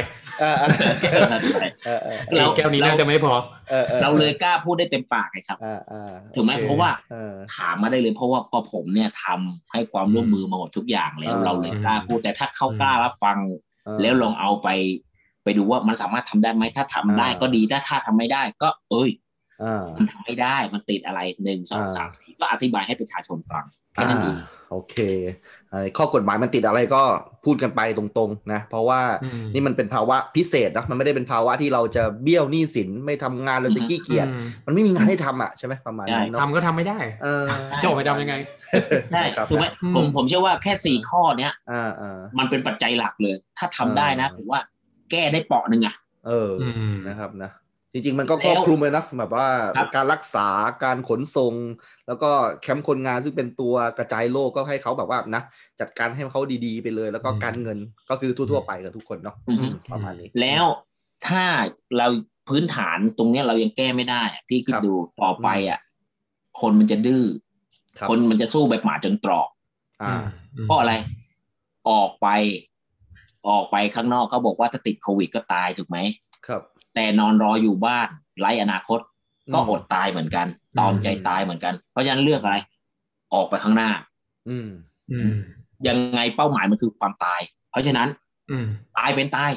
แก้วนี้น่าจะไม่พอเราเลยกล้าพูดได้เต็มปากเลยครับถูกไหมเพราะว่าถามมาได้เลยเพราะว่าพอผมเนี่ยทำให้ความร่วมมือมาหมดทุกอย่างแล้วเราเลยกล้าพูดแต่ถ้าเขากล้ารับฟังแล้วลองเอาไปดูว่ามันสามารถทำได้ไหมถ้าทำได้ก็ดีถ้าทำไม่ได้ก็มันทำไม่ได้มันติดอะไร1 2 3 4ก็อธิบายให้ประชาชนฟังแค่นั้นเองโอเคข้อกฎหมายมันติดอะไรก็พูดกันไปตรงๆนะเพราะว่านี่มันเป็นภาวะพิเศษนะมันไม่ได้เป็นภาวะที่เราจะเบี้ยวหนี้สินไม่ทำงานเราจะขี้เกียจมันไม่มีงานให้ทำใช่ไหมประมาณนั้นทำก็ทำไม่ได้จะออกไปทำยังไงใช่ถูกไหมผมเชื่อว่าแค่4 ข้อเนี้ยมันเป็นปัจจัยหลักเลยถ้าทำได้นะผมว่าแก้ได้เปาะนึงนะครับนะจริงๆมันก็ครอบคลุมเลยนะแบบว่าการรักษาการขนส่งแล้วก็แคมป์คนงานซึ่งเป็นตัวกระจายโรคก็ให้เขาแบบว่านะจัดการให้เขาดีๆไปเลยแล้วก็การเงินก็คือทั่วๆไปกับทุกคนเนาะประมาณนี้แล้วถ้าเราพื้นฐานตรงนี้เรายังแก้ไม่ได้พี่คิดดูต่อไปคนมันจะดื้อคนมันจะสู้แบบหมาจนตรอกเพราะอะไรออกไปข้างนอกเขาบอกว่าถ้าติดโควิดก็ตายถูกไหมครับแต่นอนรออยู่บ้านไร้อนาคตก็อดตายเหมือนกันตอมใจตายเหมือนกันเพราะฉะนั้นเลือกอะไรออกไปข้างหน้ายังไงเป้าหมายมันคือความตายเพราะฉะนั้นตายเป็นตาย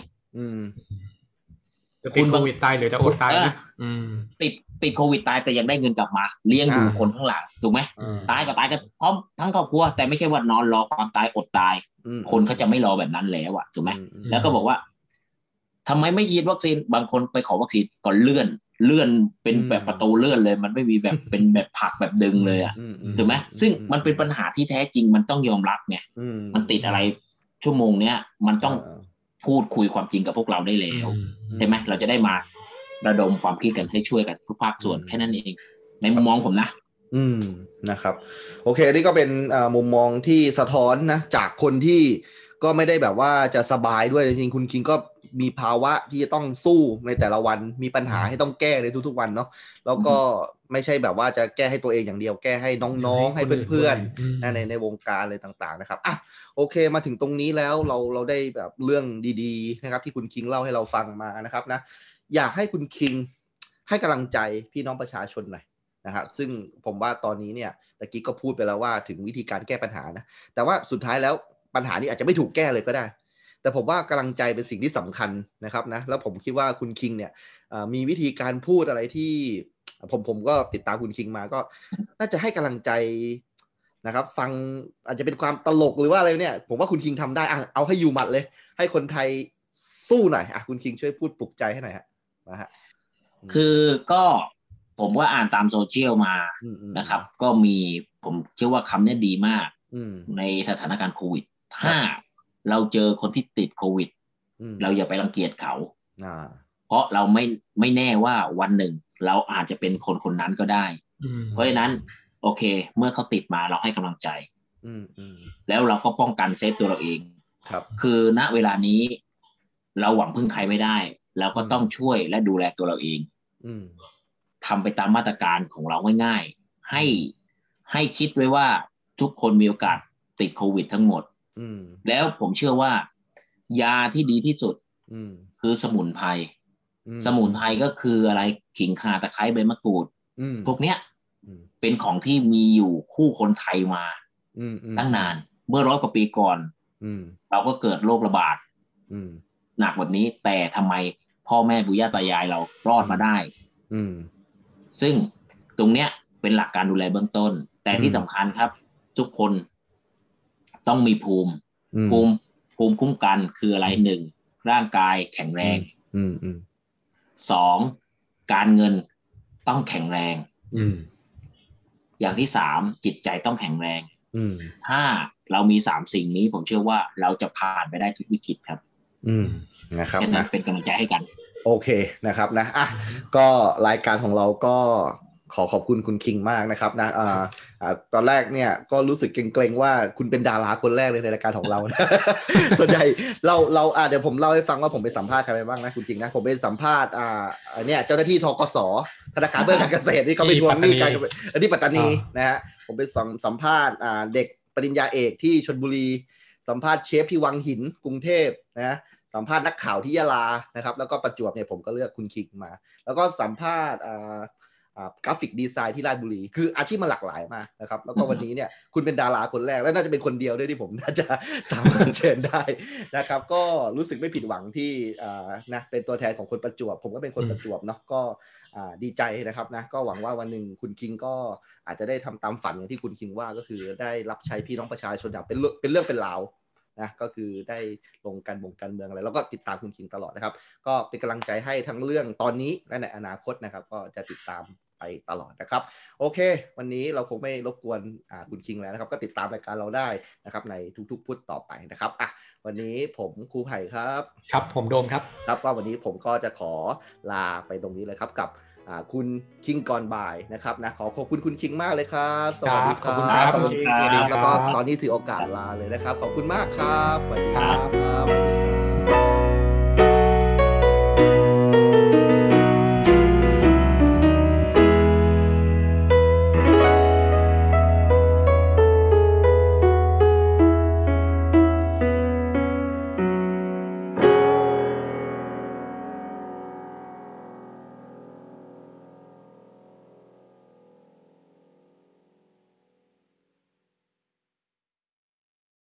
จะติดโควิดตายหรือจะอดตายติดโควิดตายแต่ยังได้เงินกลับมาเลี้ยงดูคนข้างหลังถูกไหมตายก็ตายกันพร้อมทั้งครอบครัวแต่ไม่ใช่ว่านอนรอความตายอดตายคนเขาจะไม่รอแบบนั้นแล้วถูกไหมแล้วก็บอกว่าทำไมไม่ฉีดวัคซีนบางคนไปขอวัคซีนก่อนเลื่อนเป็นแบบประตูเลื่อนเลยมันไม่มีแบบเป็นแบบผลักแบบดึงเลยถูกไหมซึ่งมันเป็นปัญหาที่แท้จริงมันต้องยอมรับไงมันติดอะไรชั่วโมงเนี้ยมันต้องพูดคุยความจริงกับพวกเราได้แล้วใช่ไหมเราจะได้มาระดมความคิดกันให้ช่วยกันทุกภาคส่วนแค่นั้นเองในมุมมองผมนะนะครับโอเคนี่ก็เป็นมุมมองที่สะท้อนนะจากคนที่ก็ไม่ได้แบบว่าจะสบายด้วยจริงๆคุณคิงก็มีภาวะที่จะต้องสู้ในแต่ละวันมีปัญหาให้ต้องแก้ในทุกๆวันเนาะแล้วก็ไม่ใช่แบบว่าจะแก้ให้ตัวเองอย่างเดียวแก้ให้น้องๆให้เพื่อนๆในวงการอะไรต่างๆนะครับโอเคมาถึงตรงนี้แล้วเราได้แบบเรื่องดีๆนะครับที่คุณคิงเล่าให้เราฟังมานะครับนะอยากให้คุณคิงให้กำลังใจพี่น้องประชาชนหน่อยนะครับซึ่งผมว่าตอนนี้เนี่ยตะกี้ก็พูดไปแล้วว่าถึงวิธีการแก้ปัญหานะแต่ว่าสุดท้ายแล้วปัญหานี้อาจจะไม่ถูกแก้เลยก็ได้แต่ผมว่ากำลังใจเป็นสิ่งที่สำคัญนะครับนะแล้วผมคิดว่าคุณคิงเนี่ยมีวิธีการพูดอะไรที่ผมก็ติดตามคุณคิงมาก็น่าจะให้กำลังใจนะครับฟังอาจจะเป็นความตลกหรือว่าอะไรเนี่ยผมว่าคุณคิงทำได้เอาให้อยู่หมัดเลยให้คนไทยสู้หน่อยคุณคิงช่วยพูดปลุกใจให้หน่อยฮะนะฮะคือก็ผมว่าอ่านตามโซเชียลมานะครับก็มีผมเชื่อว่าคำนี้ดีมากในสถานการณ์โควิดถ้าเราเจอคนที่ติดโควิดเราอย่าไปรังเกียจเขาเพราะเราไม่แน่ว่าวันหนึ่งเราอาจจะเป็นคนนั้นก็ได้เพราะฉะนั้นโอเคเมื่อเขาติดมาเราให้กำลังใจแล้วเราก็ป้องกันเซฟตัวเราเองคือณเวลานี้เราหวังพึ่งใครไม่ได้เราก็ต้องช่วยและดูแลตัวเราเองทำไปตามมาตรการของเราง่ายๆให้คิดไว้ว่าทุกคนมีโอกาสติดโควิดทั้งหมดแล้วผมเชื่อว่ายาที่ดีที่สุดคือสมุนไพรสมุนไพรก็คืออะไรขิงข่าตะไคร้ใบมะกรูดพวกเนี้ยเป็นของที่มีอยู่คู่คนไทยมาตั้งนานเมื่อ100 กว่าปีก่อนเราก็เกิดโรคระบาดหนักแบบนี้แต่ทำไมพ่อแม่ปู่ย่าตายายเรารอดมาได้ซึ่งตรงเนี้ยเป็นหลักการดูแลเบื้องต้นแต่ที่สำคัญครับทุกคนต้องมีภูมิคุ้มกันคืออะไร1ร่างกายแข็งแรง2การเงินต้องแข็งแรงอย่างที่3จิตใจต้องแข็งแรง5เรามี3สิ่งนี้ผมเชื่อว่าเราจะผ่านไปได้ทุกวิกฤตครับนะครับนะเป็นกำลังใจให้กันโอเคนะครับนะก็รายการของเราก็ขอบคุณคุณคิงมากนะครับนะตอนแรกเนี่ยก็รู้สึกเกรงๆว่าคุณเป็นดาราคนแรกเลยในรายการของเรา ส่วนใหญ่เราเดี๋ยวผมเล่าให้ฟังว่าผมไปสัมภาษณ์ใครไปบ้างนะคุณคิงนะผมไปสัมภาษณ์เนี่ยเจ้าหน้าที่ธกส.ธนาคารเพื่อการเกษตรที่เขาไปทวงหนี้การเกษตรที่ปัตตานีนะฮะผมไปสัมภาษณ์เด็กปริญญาเอกที่ชลบุรีสัมภาษณ์เชฟที่วังหินกรุงเทพนะสัมภาษณ์นักข่าวที่ยะลานะครับแล้วก็ประจวบเนี่ยผมก็เลือกคุณคิงมาแล้วก็สัมภาษณ์กราฟิกดีไซน์ที่ราชบุรีคืออาชีพมันหลากหลายมากนะครับแล้วก็วันนี้เนี่ยคุณเป็นดาราคนแรกและน่าจะเป็นคนเดียวด้วยที่ผมน่าจะสามารถเชิญได้นะครับก็รู้สึกไม่ผิดหวังที่นะเป็นตัวแทนของคนประจวบผมก็เป็นคนประจวบเนาะก็ดีใจนะครับนะก็หวังว่าวันหนึ่งคุณคิงก็อาจจะได้ทำตามฝันอย่างที่คุณคิงว่าก็คือได้รับใช้พี่น้องประชาชนอย่างเป็นเรื่องเป็นราวนะก็คือได้ลงการเมืองอะไรแล้วก็ติดตามคุณคิงตลอดนะครับก็เป็นกำลังใจให้ทั้งเรื่องตอนนี้และในอนาคตนะครับก็จะติดตามไปตลอดนะครับโอเควันนี้เราคงไม่รบกวนคุณคิงแล้วนะครับก็ติดตามรายการเราได้นะครับในทุกๆพุธต่อไปนะครับวันนี้ผมครูไผ่ครับครับผมโดมครับก็วันนี้ผมก็จะขอลาไปตรงนี้เลยครับกับคุณคิงก่อนบ่ายนะครับนะขอบคุณคุณคิงมากเลยครับสวัสดีครับขอบคุณครับแล้วก็ตอนนี้ถือโอกาสลาเลยนะครับขอบคุณมากครับสวัสดีครับ